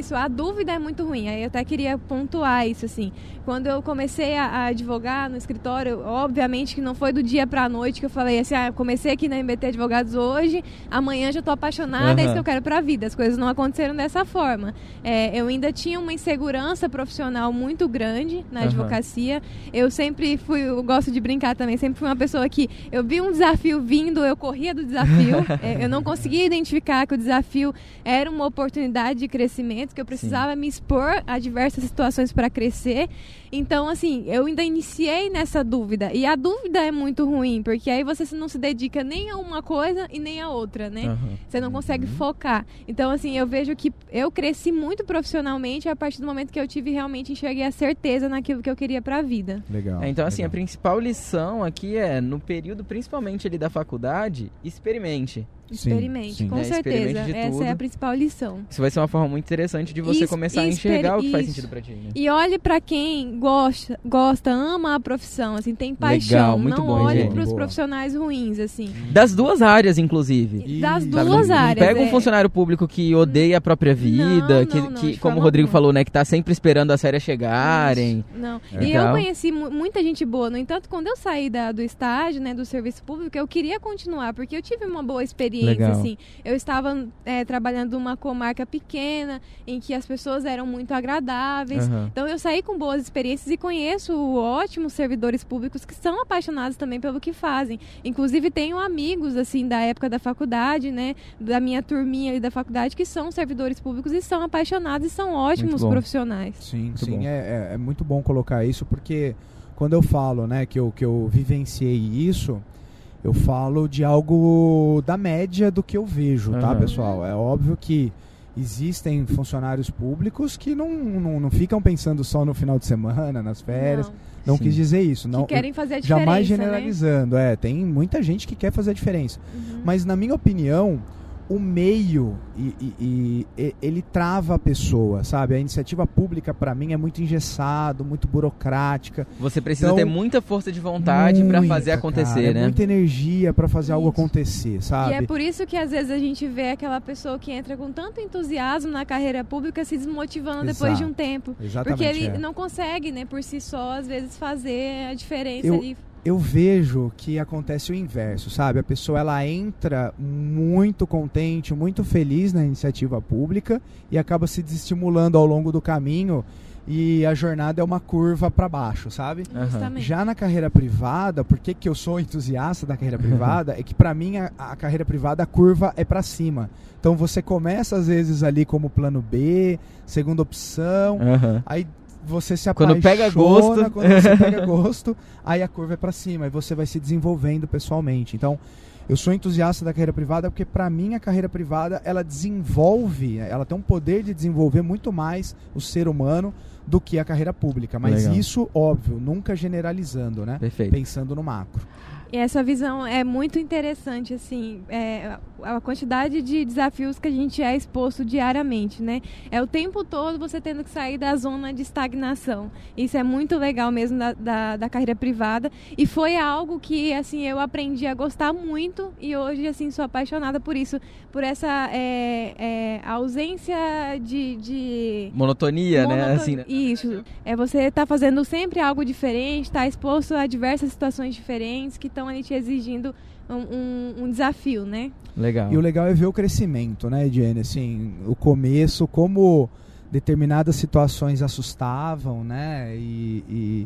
isso, a dúvida é muito ruim. Aí eu até queria pontuar isso, assim. Quando eu comecei a, a advogar no escritório, obviamente que não foi do dia pra noite que eu falei assim, ah, comecei aqui na M B T Advogados hoje, amanhã já tô apaixonada, uhum. é isso que eu quero pra vida. As coisas não aconteceram dessa forma. É, eu ainda tinha uma insegurança profissional muito grande na advocacia. Uhum. Eu sempre fui, eu gosto de brincar também, sempre fui uma pessoa que eu vi um desafio vindo, eu corria do desafio. é, eu não conseguia identificar que o desafio era uma oportunidade de crescimento, que eu precisava Sim. me expor a diversas situações para crescer. Então, assim, eu ainda iniciei nessa dúvida. E a dúvida é muito ruim, porque aí você não se dedica nem a uma coisa e nem a outra, né? Uhum. Você não consegue uhum. focar. Então, assim, eu vejo que eu cresci muito profissionalmente a partir do momento que eu tive realmente enxerguei a certeza naquilo que eu queria para a vida. Legal. É, então, assim, legal. A principal lição aqui é, no período principalmente ali da faculdade, experimente. Experimente, sim, sim. É, com é, certeza. Essa tudo. é a principal lição. Isso vai ser uma forma muito interessante de você isso, começar a enxergar o que faz sentido pra ti. Né? E olhe pra quem gosta, gosta, ama a profissão, assim, tem paixão. Legal, muito não bom, olhe gente. pros Boa. profissionais ruins, assim. Das duas áreas, inclusive. E das Sabe, duas não, áreas. Não pega um é. funcionário público que odeia a própria vida, não, que, não, não, que como o forma Rodrigo boa. falou, né, que tá sempre esperando as férias chegarem. Não. É. E eu conheci mu- muita gente boa. No entanto, quando eu saí da, do estágio, né, do serviço público, eu queria continuar, porque eu tive uma boa experiência, Legal. assim. Eu estava é, trabalhando numa comarca pequena, em que as pessoas eram muito agradáveis. Uhum. Então, eu saí com boas experiências e conheço ótimos servidores públicos que são apaixonados também pelo que fazem. Inclusive, tenho amigos, assim, da época da faculdade, né, da minha turminha ali da faculdade, que são servidores públicos e são apaixonados e são ótimos profissionais. Sim, muito sim. É, é, é muito bom colocar isso, porque quando eu falo, né, que eu, que eu vivenciei isso, eu falo de algo da média do que eu vejo, tá, uhum. pessoal? É óbvio que existem funcionários públicos que não, não, não ficam pensando só no final de semana, nas férias. Não, não quis dizer isso. Não, que querem fazer a diferença, jamais generalizando. Né? É, tem muita gente que quer fazer a diferença. Uhum. Mas, na minha opinião, o meio, e, e, e, ele trava a pessoa, sabe? A iniciativa pública, para mim, é muito engessado, muito burocrática. Você precisa então, ter muita força de vontade para fazer acontecer, cara, né? É muita energia para fazer isso. algo acontecer, sabe? E é por isso que, às vezes, a gente vê aquela pessoa que entra com tanto entusiasmo na carreira pública se desmotivando Exato. depois de um tempo. Exatamente, porque ele é. não consegue, né, por si só, às vezes, fazer a diferença Eu... ali. Eu vejo que acontece o inverso, sabe? A pessoa ela entra muito contente, muito feliz na iniciativa pública e acaba se desestimulando ao longo do caminho e a jornada é uma curva para baixo, sabe? Uhum. Já na carreira privada, por que que eu sou entusiasta da carreira privada? É que para mim a, a carreira privada a curva é para cima. Então você começa às vezes ali como plano B, segunda opção, uhum. aí você se apaixona, quando pega gosto, quando você pega gosto, aí a curva é para cima e você vai se desenvolvendo pessoalmente. Então, eu sou entusiasta da carreira privada porque para mim a carreira privada, ela desenvolve, ela tem um poder de desenvolver muito mais o ser humano do que a carreira pública, mas Legal. Isso, óbvio, nunca generalizando, né? Perfeito. Pensando no macro. E essa visão é muito interessante, assim, é, a quantidade de desafios que a gente é exposto diariamente, né? É o tempo todo você tendo que sair da zona de estagnação. Isso é muito legal mesmo da, da, da carreira privada. E foi algo que, assim, eu aprendi a gostar muito e hoje, assim, sou apaixonada por isso, por essa é, é, ausência de... de monotonia, monoton... né? Assim, né? Isso. É você estar tá fazendo sempre algo diferente, estar tá exposto a diversas situações diferentes que estão ali te exigindo um, um, um desafio, né? Legal. E o legal é ver o crescimento, né, Jenny? Assim, o começo, como determinadas situações assustavam, né? E, e,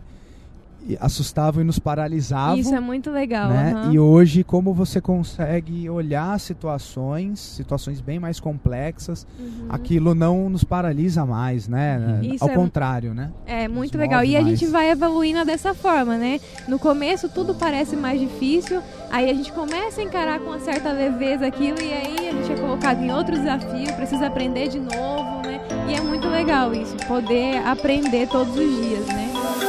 e assustavam e nos paralisavam. Isso é muito legal. Né? Uhum. E hoje, como você consegue olhar situações, situações bem mais complexas, uhum. aquilo não nos paralisa mais, né? Isso Ao é contrário, né? É muito legal. E mais. A gente vai evoluindo dessa forma, né? No começo tudo parece mais difícil, aí a gente começa a encarar com uma certa leveza aquilo e aí a gente é colocado em outro desafio, precisa aprender de novo, né? E é muito legal isso, poder aprender todos os dias, né?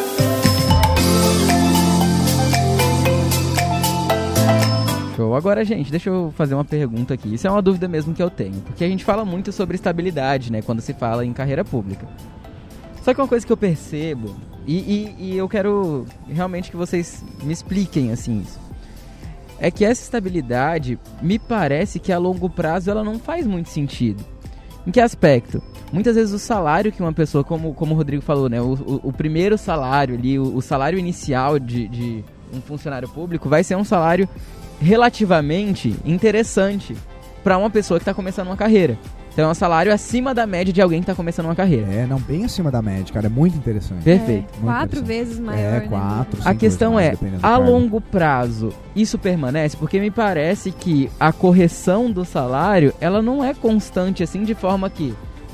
Show. Agora, gente, deixa eu fazer uma pergunta aqui. Isso é uma dúvida mesmo que eu tenho. Porque a gente fala muito sobre estabilidade, né? Quando se fala em carreira pública. Só que uma coisa que eu percebo, e, e, e eu quero realmente que vocês me expliquem, assim, isso. É que essa estabilidade, me parece que a longo prazo ela não faz muito sentido. Em que aspecto? Muitas vezes o salário que uma pessoa, como, como o Rodrigo falou, né, o, o, o primeiro salário ali, o, o salário inicial de, de um funcionário público vai ser um salário relativamente interessante para uma pessoa que está começando uma carreira. Então é um salário acima da média de alguém que está começando uma carreira. É, não, bem acima da média, cara. É muito interessante. Perfeito. É, quatro interessante. vezes maior. É, né? quatro, A questão mais, é, dependendo do a cargo. longo prazo, isso permanece? Porque me parece que a correção do salário, ela não é constante assim, de forma que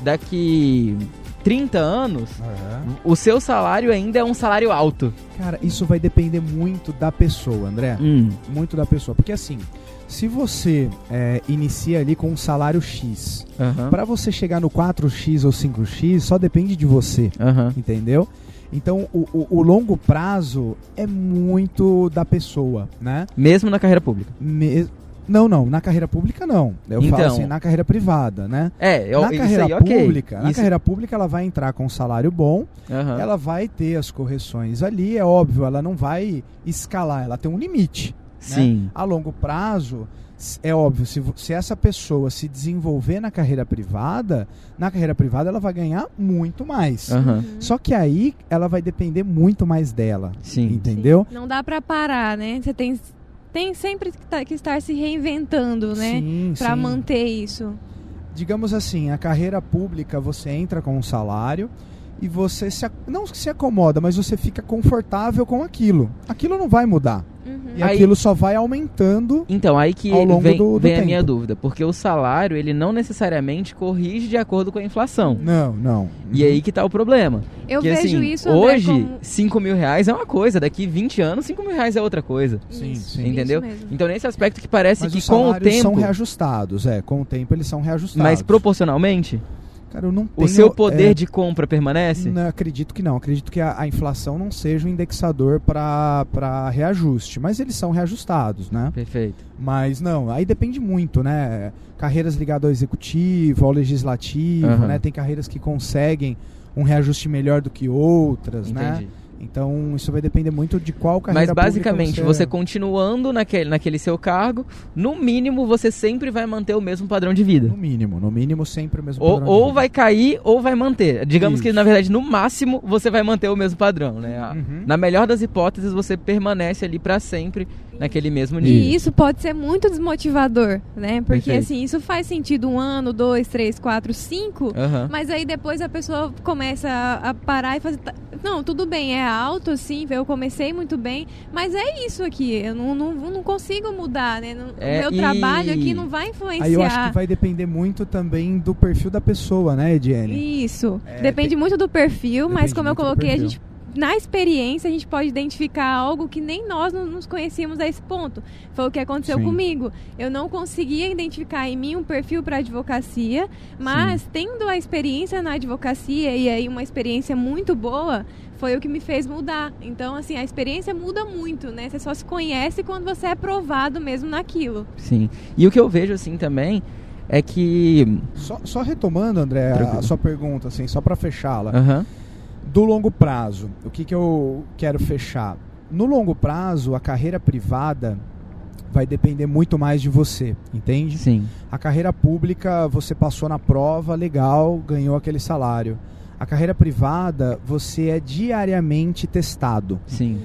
daqui trinta anos, Uhum. o seu salário ainda é um salário alto. Cara, isso vai depender muito da pessoa, André. Hum. Muito da pessoa. Porque assim, se você é, inicia ali com um salário X, Uhum. para você chegar no quatro x ou cinco x, só depende de você, Uhum. entendeu? Então, o, o, o longo prazo é muito da pessoa, né? Mesmo na carreira pública. Me- Não, não, na carreira pública não. Eu Então. falo assim, na carreira privada, né? É, eu, Na isso carreira aí, ok. pública, na Isso- carreira pública ela vai entrar com um salário bom, Uhum. ela vai ter as correções ali, é óbvio, ela não vai escalar, ela tem um limite. Sim. A longo prazo, s- é óbvio, se, vo- se essa pessoa se desenvolver na carreira privada, na carreira privada ela vai ganhar muito mais. Uhum. Só que aí ela vai depender muito mais dela, Sim. entendeu? Não dá pra parar, né? Você tem, tem sempre que, tá- que estar se reinventando, né? Sim, Pra sim. manter isso. Digamos assim, a carreira pública você entra com um salário e você se, ac- não se acomoda, mas você fica confortável com aquilo. Aquilo não vai mudar. Uhum. E Aí- aquilo só vai aumentando. Então, aí que Ao longo vem, do- do vem a tempo. minha dúvida. Porque o salário, ele não necessariamente corrige de acordo com a inflação. Não, não. E aí que tá o problema. Eu Porque, vejo assim, isso, André, hoje, como... cinco mil reais é uma coisa. Daqui vinte anos, cinco mil reais é outra coisa. Sim, Isso, sim. Entendeu? isso mesmo. Então, nesse aspecto que parece Mas que os com o salários são tempo... reajustados, é. Com o tempo eles são reajustados. Mas proporcionalmente, Cara, eu não o tenho, seu poder é, de compra permanece? Não, acredito que não. Acredito que a, a inflação não seja um indexador para reajuste. Mas eles são reajustados, né? Perfeito. Mas não, aí depende muito, né? Carreiras ligadas ao executivo, ao legislativo, Aham. né? Tem carreiras que conseguem um reajuste melhor do que outras, né? Entendi. Então isso vai depender muito de qual carreira Mas basicamente, pública você continuando naquele, naquele seu cargo, no mínimo você sempre vai manter o mesmo padrão de vida. No mínimo, no mínimo sempre o mesmo Ou, padrão de ou vida. vai cair ou vai manter. Digamos Isso. que, na verdade, no máximo, você vai manter o mesmo padrão, né? A- Uhum. Na melhor das hipóteses, você permanece ali pra sempre naquele mesmo nível. E isso pode ser muito desmotivador, né? Porque Perfeito. assim, isso faz sentido um ano, dois, três, quatro, cinco, Aham. mas aí depois a pessoa começa a, a parar e fazer. "Tá, não, tudo bem, é alto, sim, eu comecei muito bem, mas é isso aqui, eu não, não, não consigo mudar, né? Não- É, o meu e- trabalho aqui não vai influenciar. Aí eu acho que vai depender muito também do perfil da pessoa, né, Ediene? Isso. É, Depende tem- muito do perfil, mas Depende como eu muito do coloquei, a perfil. gente, na experiência, a gente pode identificar algo que nem nós não nos conhecíamos a esse ponto. Foi o que aconteceu Sim. comigo. Eu não conseguia identificar em mim um perfil para advocacia, mas tendo a experiência na advocacia e aí uma experiência muito boa, foi o que me fez mudar. Então, assim, a experiência muda muito, né? Você só se conhece quando você é aprovado mesmo naquilo. Sim. E o que eu vejo, assim, também, é que... Só, só retomando, André, a Tranquilo. sua pergunta, assim, só para fechá-la. Aham. Do longo prazo, o que, que eu quero fechar? No longo prazo, a carreira privada vai depender muito mais de você, entende? Sim. A carreira pública, você passou na prova, legal, ganhou aquele salário. A carreira privada, você é diariamente testado. Sim.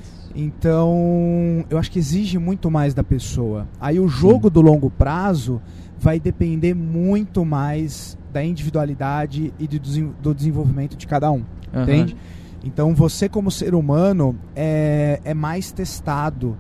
Então, eu acho que exige muito mais da pessoa. Aí o jogo do longo prazo vai depender muito mais da individualidade e do, desen- do desenvolvimento de cada um, Aham. entende? Então, você como ser humano é, é mais testado,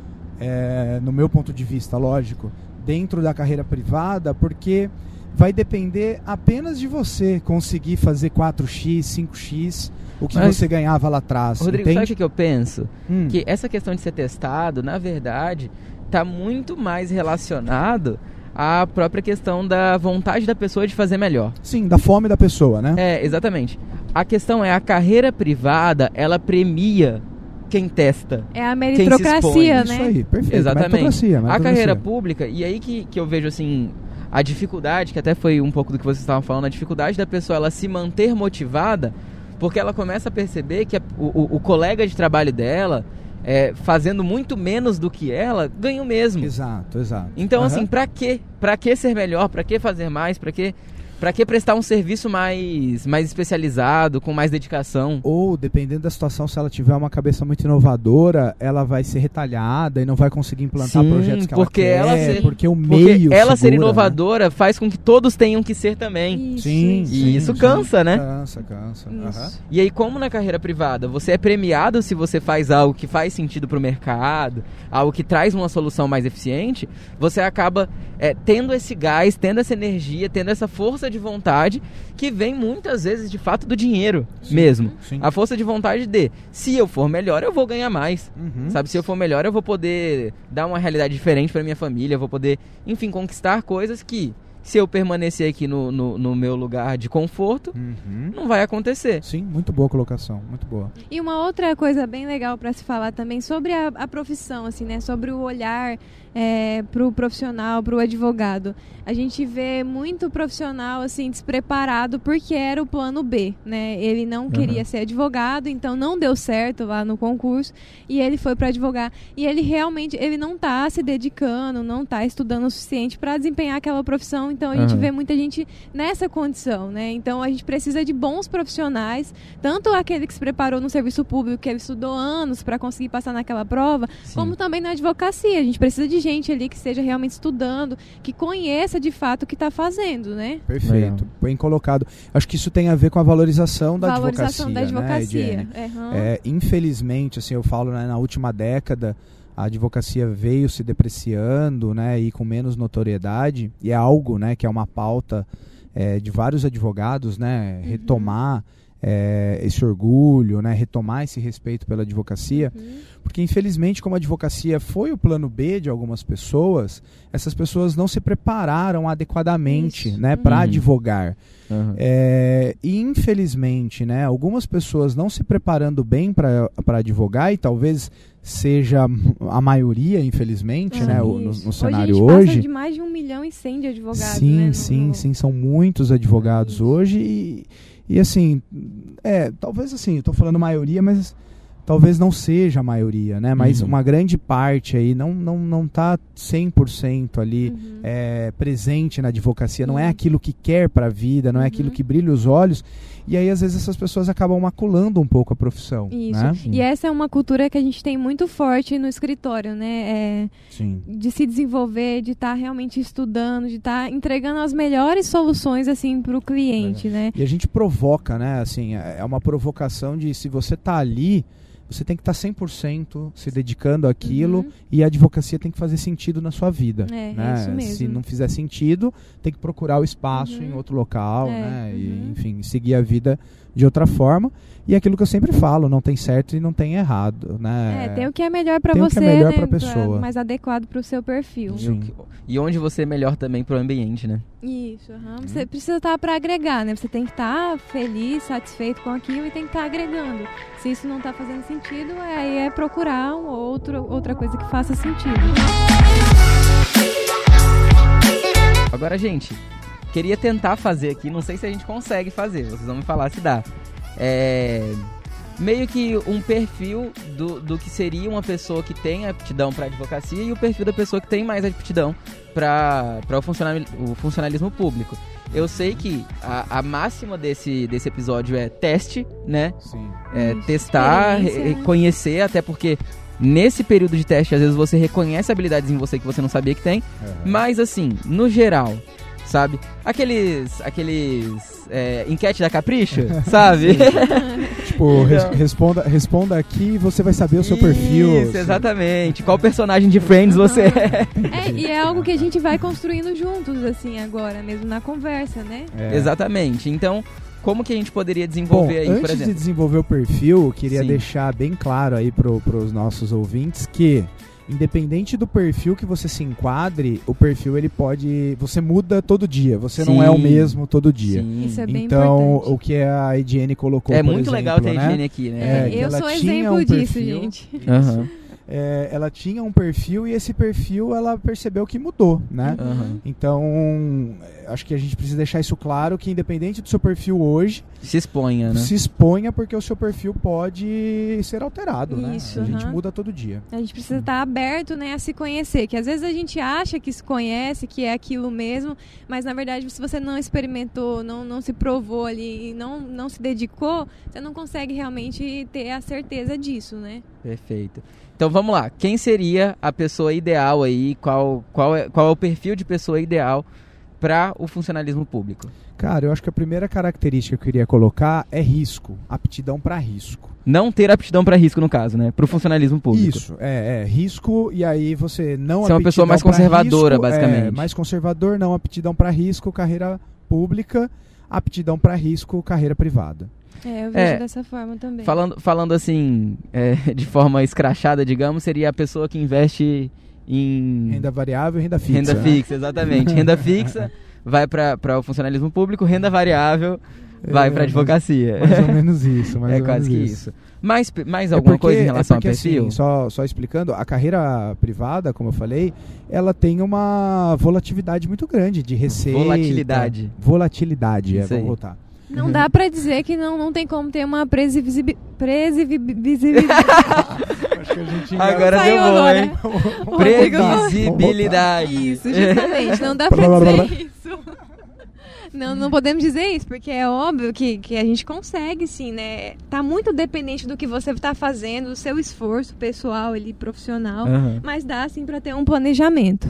é, no meu ponto de vista, lógico, dentro da carreira privada, porque vai depender apenas de você conseguir fazer quatro x, cinco x, o que Mas, você ganhava lá atrás, Rodrigo, sabe o entende? que que eu penso? Hum. Que essa questão de ser testado, na verdade, está muito mais relacionado à própria questão da vontade da pessoa de fazer melhor. Sim, da fome da pessoa, né? É, exatamente. A questão é, a carreira privada, ela premia quem testa. É a se meritocracia, Isso né? aí, perfeito. Exatamente. Meritocracia, A meritocracia. carreira pública, e aí que, que eu vejo assim, a dificuldade, que até foi um pouco do que vocês estavam falando, a dificuldade da pessoa ela se manter motivada, porque ela começa a perceber que a- o, o- o colega de trabalho dela, é, fazendo muito menos do que ela, ganha o mesmo. Exato, exato. Então, Aham. assim, pra quê? Pra que ser melhor? Pra que fazer mais? Pra que... Pra que prestar um serviço mais, mais especializado, com mais dedicação? Ou, dependendo da situação, se ela tiver uma cabeça muito inovadora, ela vai ser retalhada e não vai conseguir implantar Sim, projetos que porque ela quer, ela ser, porque o porque meio ela segura, ser inovadora, né? Faz com que todos tenham que ser também. Isso, Sim, isso. E sim, isso sim. cansa, né? Cansa, cansa. Isso. Aham. E aí, como na carreira privada, você é premiado se você faz algo que faz sentido pro mercado, algo que traz uma solução mais eficiente, você acaba é, tendo esse gás, tendo essa energia, tendo essa força de vontade que vem muitas vezes de fato do dinheiro. Sim, mesmo. Sim. A força de vontade de, se eu for melhor, eu vou ganhar mais. Uhum. Sabe, se eu for melhor, eu vou poder dar uma realidade diferente pra minha família, eu vou poder, enfim, conquistar coisas que, se eu permanecer aqui no, no, no meu lugar de conforto, Uhum. não vai acontecer. Sim, muito boa colocação, muito boa. E uma outra coisa bem legal para se falar também sobre a, a profissão, assim, né? Sobre o olhar é, para o profissional, para o advogado. A gente vê muito profissional assim despreparado porque era o plano B, né? Ele não queria Uhum. ser advogado, então não deu certo lá no concurso e ele foi para advogar. E ele realmente ele não está se dedicando, não está estudando o suficiente para desempenhar aquela profissão. Então a gente Uhum. vê muita gente nessa condição, né? Então a gente precisa de bons profissionais, tanto aquele que se preparou no serviço público, que ele estudou anos para conseguir passar naquela prova, Sim. como também na advocacia. A gente precisa de gente ali que esteja realmente estudando, que conheça de fato o que está fazendo, né? Perfeito, Legal. bem colocado. Acho que isso tem a ver com a valorização da Valorização da advocacia, né, advocacia. Ediene? Uhum. É, infelizmente, assim, eu falo, né, na última década, a advocacia veio se depreciando, né, e com menos notoriedade, e é algo, né, que é uma pauta é, de vários advogados, né, Uhum. retomar é, esse orgulho, né, retomar esse respeito pela advocacia, Uhum. porque infelizmente, como a advocacia foi o plano B de algumas pessoas, essas pessoas não se prepararam adequadamente, Isso. né, para Uhum. advogar. Uhum. É, e infelizmente, né, algumas pessoas não se preparando bem para advogar, e talvez seja a maioria, infelizmente, Ah, né, o- no, isso. no cenário hoje. A gente hoje. passa de mais de um milhão e cem de advogados, Sim, né? no- sim, no- sim, são muitos advogados Isso. hoje e, e assim, é, talvez assim, eu tô falando maioria, mas talvez não seja a maioria, né, mas Uhum. uma grande parte aí não, não, não tá cem por cento ali Uhum. é, presente na advocacia, não é Uhum. aquilo que quer para a vida, não é Uhum. aquilo que brilha os olhos, e aí às vezes essas pessoas acabam maculando um pouco a profissão, Isso. né? E essa é uma cultura que a gente tem muito forte no escritório, né? É, Sim. de se desenvolver, de estar realmente estudando, de estar entregando as melhores soluções assim para o cliente, né? E a gente provoca, né, assim, é uma provocação de se você tá ali, você tem que estar cem por cento se dedicando àquilo, Uhum. e a advocacia tem que fazer sentido na sua vida. É, né? é isso mesmo. Se não fizer sentido, tem que procurar o espaço Uhum. em outro local, É, né? E, uhum. enfim, seguir a vida de outra forma. E é aquilo que eu sempre falo, não tem certo e não tem errado, né? É, tem o que é melhor para tem o que você, é melhor né? pra pessoa. Mais adequado para o seu perfil. Sim. E onde você é melhor também pro ambiente, né? Isso, aham. Você precisa estar para agregar, né? Você tem que estar feliz, satisfeito com aquilo e tem que estar agregando. Se isso não está fazendo sentido, é- aí é procurar um outro, outra coisa que faça sentido. Agora, gente, queria tentar fazer aqui, não sei se a gente consegue fazer, vocês vão me falar se dá. É... Meio que um perfil do, do que seria uma pessoa que tem aptidão para advocacia e o perfil da pessoa que tem mais aptidão para o, funcional, o funcionalismo público. Eu sei que a, a máxima desse, desse episódio é teste, né? Sim. É, Isso, testar, experiência, re- né? conhecer, até porque nesse período de teste, às vezes você reconhece habilidades em você que você não sabia que tem, mas assim, no geral, sabe? Aqueles, aqueles é, enquete da Capricho, sabe? Tipo, res- Então- responda, responda aqui e você vai saber o seu perfil. Isso, assim. exatamente. Qual personagem de Friends você é? É, e é algo que a gente vai construindo juntos, assim, agora, mesmo na conversa, né? É. Exatamente. Então, como que a gente poderia Bom, desenvolver aí, antes por de exemplo? desenvolver o perfil, eu queria Sim. deixar bem claro aí para os nossos ouvintes que, independente do perfil que você se enquadre, o perfil ele pode, você muda todo dia, você não é o Sim. mesmo todo dia. Sim. Isso é bem Então, importante. o que a Ediene colocou, É por muito exemplo, legal ter a né? Ediene aqui, né? É, É, que eu ela sou tinha exemplo um disso, perfil. gente. Aham. é, ela tinha um perfil e esse perfil ela percebeu que mudou, né? Uhum. Então, acho que a gente precisa deixar isso claro, que independente do seu perfil hoje, se exponha, né? Se exponha porque o seu perfil pode ser alterado, isso, né? A uhum. gente muda todo dia. A gente precisa estar aberto, né, a se conhecer, que às vezes a gente acha que se conhece, que é aquilo mesmo, mas na verdade se você não experimentou, não, não se provou ali e não, não se dedicou, você não consegue realmente ter a certeza disso, né? Perfeito. Então vamos lá, quem seria a pessoa ideal aí, qual, qual, é, qual é o perfil de pessoa ideal para o funcionalismo público? Cara, eu acho que a primeira característica que eu queria colocar é risco, aptidão para risco. Não ter aptidão para risco, no caso, né? Para o funcionalismo público. Isso, é, é, risco, e aí você não... Você é uma pessoa mais conservadora, risco, basicamente. É, mais conservador, não aptidão para risco, carreira pública, aptidão para risco, carreira privada. É, eu vejo É, dessa forma também. Falando, falando assim, é, de forma escrachada, digamos, seria a pessoa que investe em... Renda variável e renda fixa. Renda né? fixa, exatamente. Renda fixa vai para o funcionalismo público, renda variável vai É, para a advocacia. Mais, mais ou menos isso. Mais é ou quase menos que isso. isso. Mais, mais É alguma porque, coisa em relação é porque, ao perfil? Assim, só, só explicando, a carreira privada, como eu falei, ela tem uma volatilidade muito grande de receita. Volatilidade. Volatilidade, é, Isso aí. vamos voltar. Não dá pra dizer que não, não tem como ter uma previsibilidade. Previsibilidade. Acho que a gente Agora Saiu deu bom, agora. hein? Rodrigo- Previsibilidade. Isso, justamente. Não dá pra dizer isso. Não, não podemos dizer isso, porque é óbvio que, que a gente consegue, sim, né? Tá muito dependente do que você tá fazendo, do seu esforço pessoal e profissional, Uhum. mas dá, sim, pra ter um planejamento.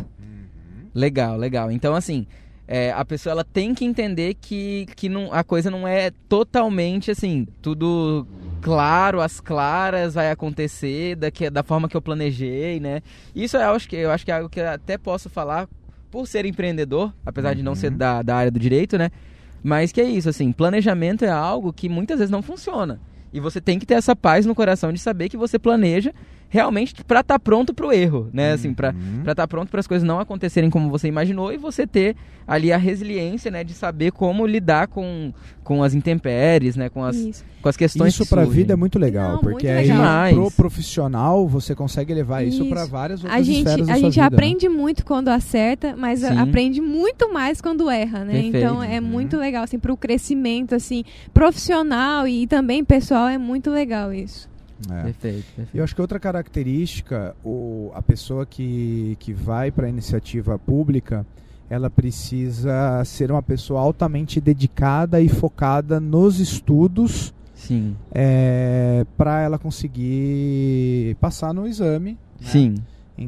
Legal, legal. Então, assim, é, a pessoa ela tem que entender que, que não, a coisa não é totalmente, assim, tudo claro, às claras, vai acontecer da, que, da forma que eu planejei, né? Isso eu acho que, eu acho que é algo que eu até posso falar por ser empreendedor, apesar uhum. de não ser da, da área do direito, né? Mas que é isso, assim, planejamento é algo que muitas vezes não funciona. E você tem que ter essa paz no coração de saber que você planeja realmente para estar tá pronto para o erro, né? Assim, para Uhum. para estar pronto para as coisas não acontecerem como você imaginou e você ter ali a resiliência, né, de saber como lidar com, com as intempéries, né, com as, Isso. com as questões Isso que para a surgem. vida é muito legal, Não, porque muito aí legal. pro profissional você consegue levar isso, Isso. para várias outras A gente, esferas da a sua gente vida, aprende muito quando acerta, mas Sim. aprende muito mais quando erra, né? Perfeito. Então é Uhum. muito legal, assim, pro crescimento, assim, profissional e também pessoal, é muito legal isso. né? É. Perfeito, perfeito. Eu acho que outra característica, o, a pessoa que, que vai para a iniciativa pública, ela precisa ser uma pessoa altamente dedicada e focada nos estudos Sim. é, para ela conseguir passar no exame. Né? Sim.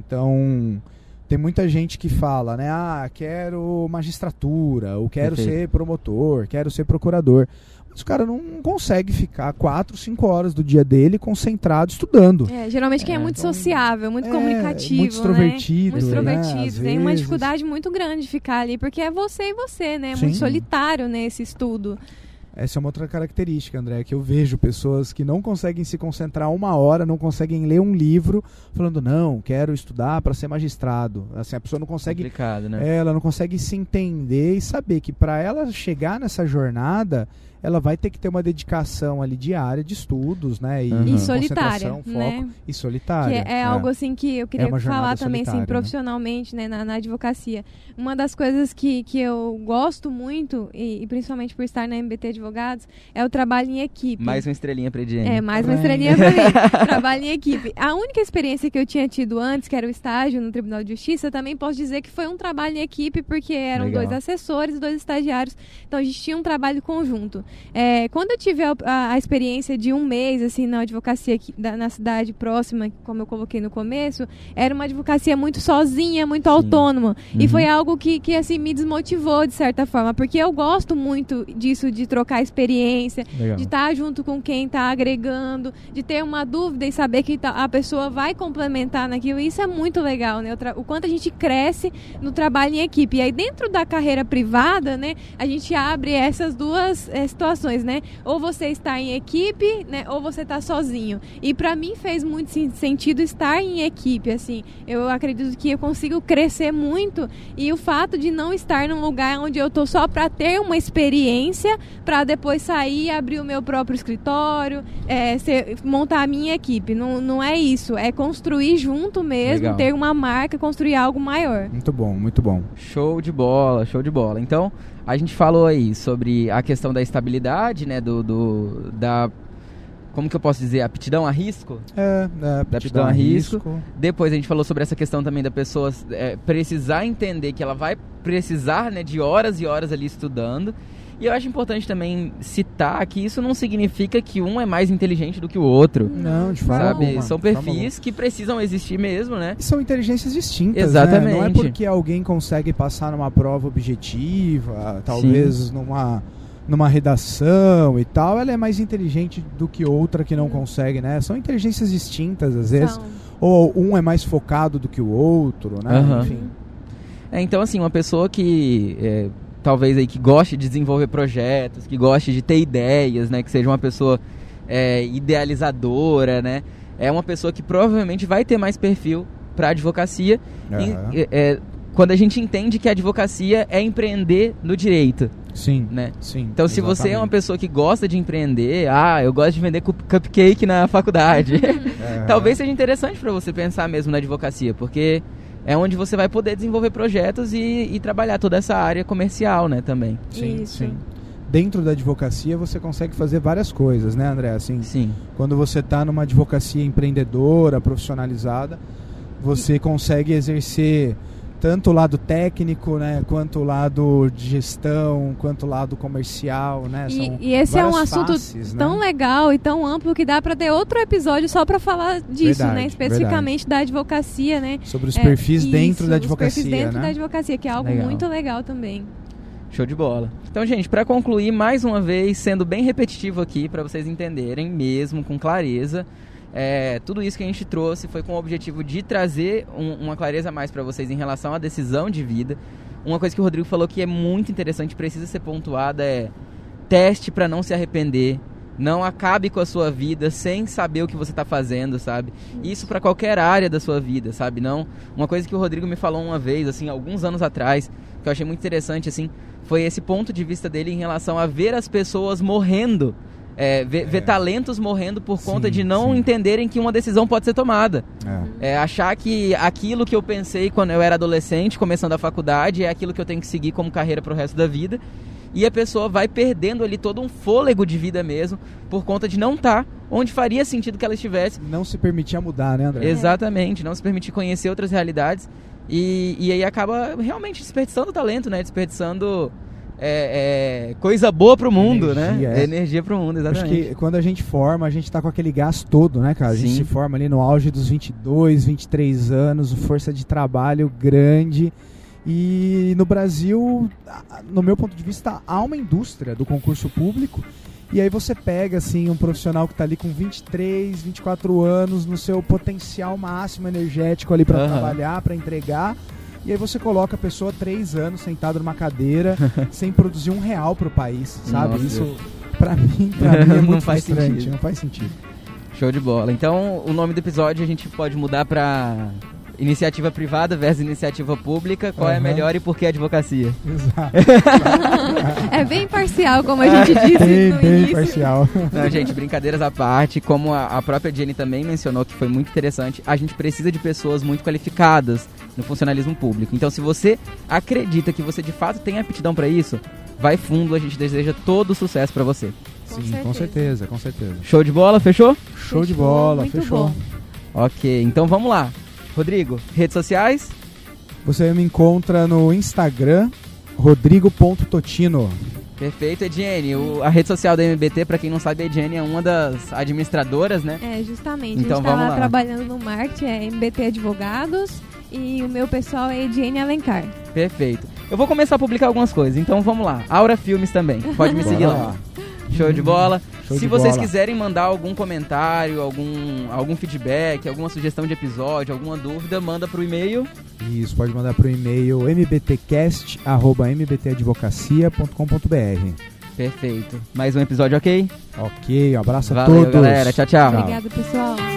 Então, tem muita gente que fala, né? Ah, quero magistratura, ou quero Perfeito. ser promotor, quero ser procurador. Mas o cara não consegue ficar quatro, cinco horas do dia dele concentrado estudando. É, geralmente quem é, É, muito então, sociável, muito é, comunicativo, muito extrovertido, né? Muito né? extrovertido. Às Tem uma vezes. dificuldade muito grande de ficar ali, porque é você e você, né? É Sim. muito solitário, né, esse estudo. Essa é uma outra característica, André, que eu vejo pessoas que não conseguem se concentrar uma hora, não conseguem ler um livro, falando, não, quero estudar para ser magistrado. Assim, a pessoa não consegue, Complicado, né? é, ela não consegue se entender e saber que para ela chegar nessa jornada, ela vai ter que ter uma dedicação ali diária de estudos, né? E, Uhum. E concentração, solitária, foco, né? e Que solitária. é, é algo assim que eu queria uma jornada falar também, assim, solitária, né? profissionalmente, né, na, na advocacia. Uma das coisas que, que eu gosto muito, e, e principalmente por estar na M B T Advogados, é o trabalho em equipe. Mais uma estrelinha pra Ediane. É, mais uma Bem. estrelinha pra mim. Trabalho em equipe. A única experiência que eu tinha tido antes, que era o estágio no Tribunal de Justiça, também posso dizer que foi um trabalho em equipe, porque eram Legal. dois assessores e dois estagiários. Então a gente tinha um trabalho conjunto. É, quando eu tive a, a, a experiência de um mês, assim, na advocacia aqui, da, na cidade próxima, como eu coloquei no começo, era uma advocacia muito sozinha, muito Sim. autônoma. Uhum. E foi algo que, que, assim, me desmotivou, de certa forma, porque eu gosto muito disso, de trocar experiência, Legal. de estar junto com quem está agregando, de ter uma dúvida e saber que tá, a pessoa vai complementar naquilo. Isso é muito legal, né? O, tra- o quanto a gente cresce no trabalho em equipe. E aí, dentro da carreira privada, né, a gente abre essas duas, es- situações, né? Ou você está em equipe, né? Ou você está sozinho. E para mim fez muito sentido estar em equipe, assim. Eu acredito que eu consigo crescer muito e o fato de não estar num lugar onde eu tô só para ter uma experiência, para depois sair e abrir o meu próprio escritório, é, ser, montar a minha equipe. Não, não é isso, é construir junto mesmo, Legal. ter uma marca, construir algo maior. Muito bom, muito bom. Show de bola, show de bola. Então, a gente falou aí sobre a questão da estabilidade, né, do, do da, como que eu posso dizer, aptidão a risco? É, é Da aptidão a risco. Depois a gente falou sobre essa questão também da pessoa é, precisar entender que ela vai precisar, né, de horas e horas ali estudando. E eu acho importante também citar que isso não significa que um é mais inteligente do que o outro. Não, de forma Sabe? alguma, São de forma perfis alguma. que precisam existir mesmo, né? E são inteligências distintas, Exatamente. né? Não é porque alguém consegue passar numa prova objetiva, talvez numa, numa redação e tal, ela é mais inteligente do que outra que não Hum. consegue, né? São inteligências distintas, às vezes. São. Ou um é mais focado do que o outro, né? Aham. Enfim. É, então, assim, uma pessoa que... É, talvez aí que goste de desenvolver projetos, que goste de ter ideias, né? Que seja uma pessoa é, idealizadora, né? É uma pessoa que provavelmente vai ter mais perfil para advocacia. Aham. E, é, quando a gente entende que a advocacia é empreender no direito, Sim, né? sim. Então, se você é uma exatamente. pessoa que gosta de empreender, ah, eu gosto de vender cup- cupcake na faculdade, Aham. talvez seja interessante para você pensar mesmo na advocacia, porque é onde você vai poder desenvolver projetos e, e trabalhar toda essa área comercial, né, também. Sim, Isso. sim. Dentro da advocacia você consegue fazer várias coisas, né, André? Assim, Sim. quando você está numa advocacia empreendedora, profissionalizada, você consegue exercer tanto o lado técnico, né, quanto o lado de gestão, quanto o lado comercial, né? São E, e esse é um várias assunto faces, né? tão legal e tão amplo que dá para ter outro episódio só para falar disso, Verdade, né? Especificamente da advocacia, né? Sobre os É, perfis isso, dentro da os perfis advocacia, dentro né? da advocacia, que é algo Legal. muito legal também. Show de bola. Então, gente, para concluir, mais uma vez, sendo bem repetitivo aqui, para vocês entenderem mesmo, com clareza, é, tudo isso que a gente trouxe foi com o objetivo de trazer um, uma clareza a mais para vocês em relação à decisão de vida. Uma coisa que o Rodrigo falou que é muito interessante, precisa ser pontuada, é teste para não se arrepender. Não acabe com a sua vida sem saber o que você está fazendo, sabe? Isso para qualquer área da sua vida, sabe? Não. Uma coisa que o Rodrigo me falou uma vez, assim, alguns anos atrás, que eu achei muito interessante, assim, foi esse ponto de vista dele em relação a ver as pessoas morrendo, é, ver, É. ver talentos morrendo por conta Sim, de não sim. entenderem que uma decisão pode ser tomada. É. É, achar que aquilo que eu pensei quando eu era adolescente, começando a faculdade, é aquilo que eu tenho que seguir como carreira pro resto da vida. E a pessoa vai perdendo ali todo um fôlego de vida mesmo, por conta de não estar onde faria sentido que ela estivesse. Não se permitir a mudar, né, André? Exatamente, não se permitir conhecer outras realidades. E, e aí acaba realmente desperdiçando talento, né? Desperdiçando é, é, coisa boa pro mundo, Energia, né? é. Energia pro mundo, Acho exatamente. que quando a gente forma, a gente tá com aquele gás todo, né, cara? A gente Sim. se forma ali no auge dos vinte e dois, vinte e três anos, força de trabalho grande. E no Brasil, no meu ponto de vista, há uma indústria do concurso público. E aí você pega, assim, um profissional que tá ali com vinte e três, vinte e quatro anos, no seu potencial máximo energético ali para Aham. trabalhar, para entregar. E aí você coloca a pessoa três anos sentada numa cadeira, sem produzir um real pro país, sabe? Nossa. Isso, pra mim, pra mim é Não muito faz frustrante, sentido. não faz sentido. Show de bola. Então, o nome do episódio a gente pode mudar pra iniciativa privada versus iniciativa pública. Qual é a Aham. melhor e por que a advocacia? Exato. É bem parcial, como a gente disse Bem, no bem início. parcial. Não, gente, brincadeiras à parte, como a, a própria Jenny também mencionou, que foi muito interessante, a gente precisa de pessoas muito qualificadas no funcionalismo público. Então, se você acredita que você de fato tem aptidão para isso, vai fundo, a gente deseja todo o sucesso para você. Com Sim, com certeza, com certeza. Show de bola, fechou? Show de Fechou, bola, muito fechou. bom. Ok, então vamos lá. Rodrigo, redes sociais? Você me encontra no Instagram, rodrigo ponto totino. Perfeito, Ediene. O, a rede social da M B T, pra quem não sabe, a Ediene é uma das administradoras, né? É, justamente. Então, a gente tá vamos lá lá. trabalhando no marketing, é M B T Advogados, e o meu pessoal é Ediene Alencar. Perfeito. Eu vou começar a publicar algumas coisas, então vamos lá. Aura Filmes também, pode me Bora seguir lá. lá. Show de bola. Show Se de vocês bola. quiserem mandar algum comentário, algum, algum feedback, alguma sugestão de episódio, alguma dúvida, manda pro e-mail. Isso, pode mandar pro e-mail m b t cast arroba m b t advocacia ponto com ponto b r. Perfeito. Mais um episódio, ok? Ok, um abraço Valeu, a todos. galera. Tchau, tchau. Obrigada, pessoal.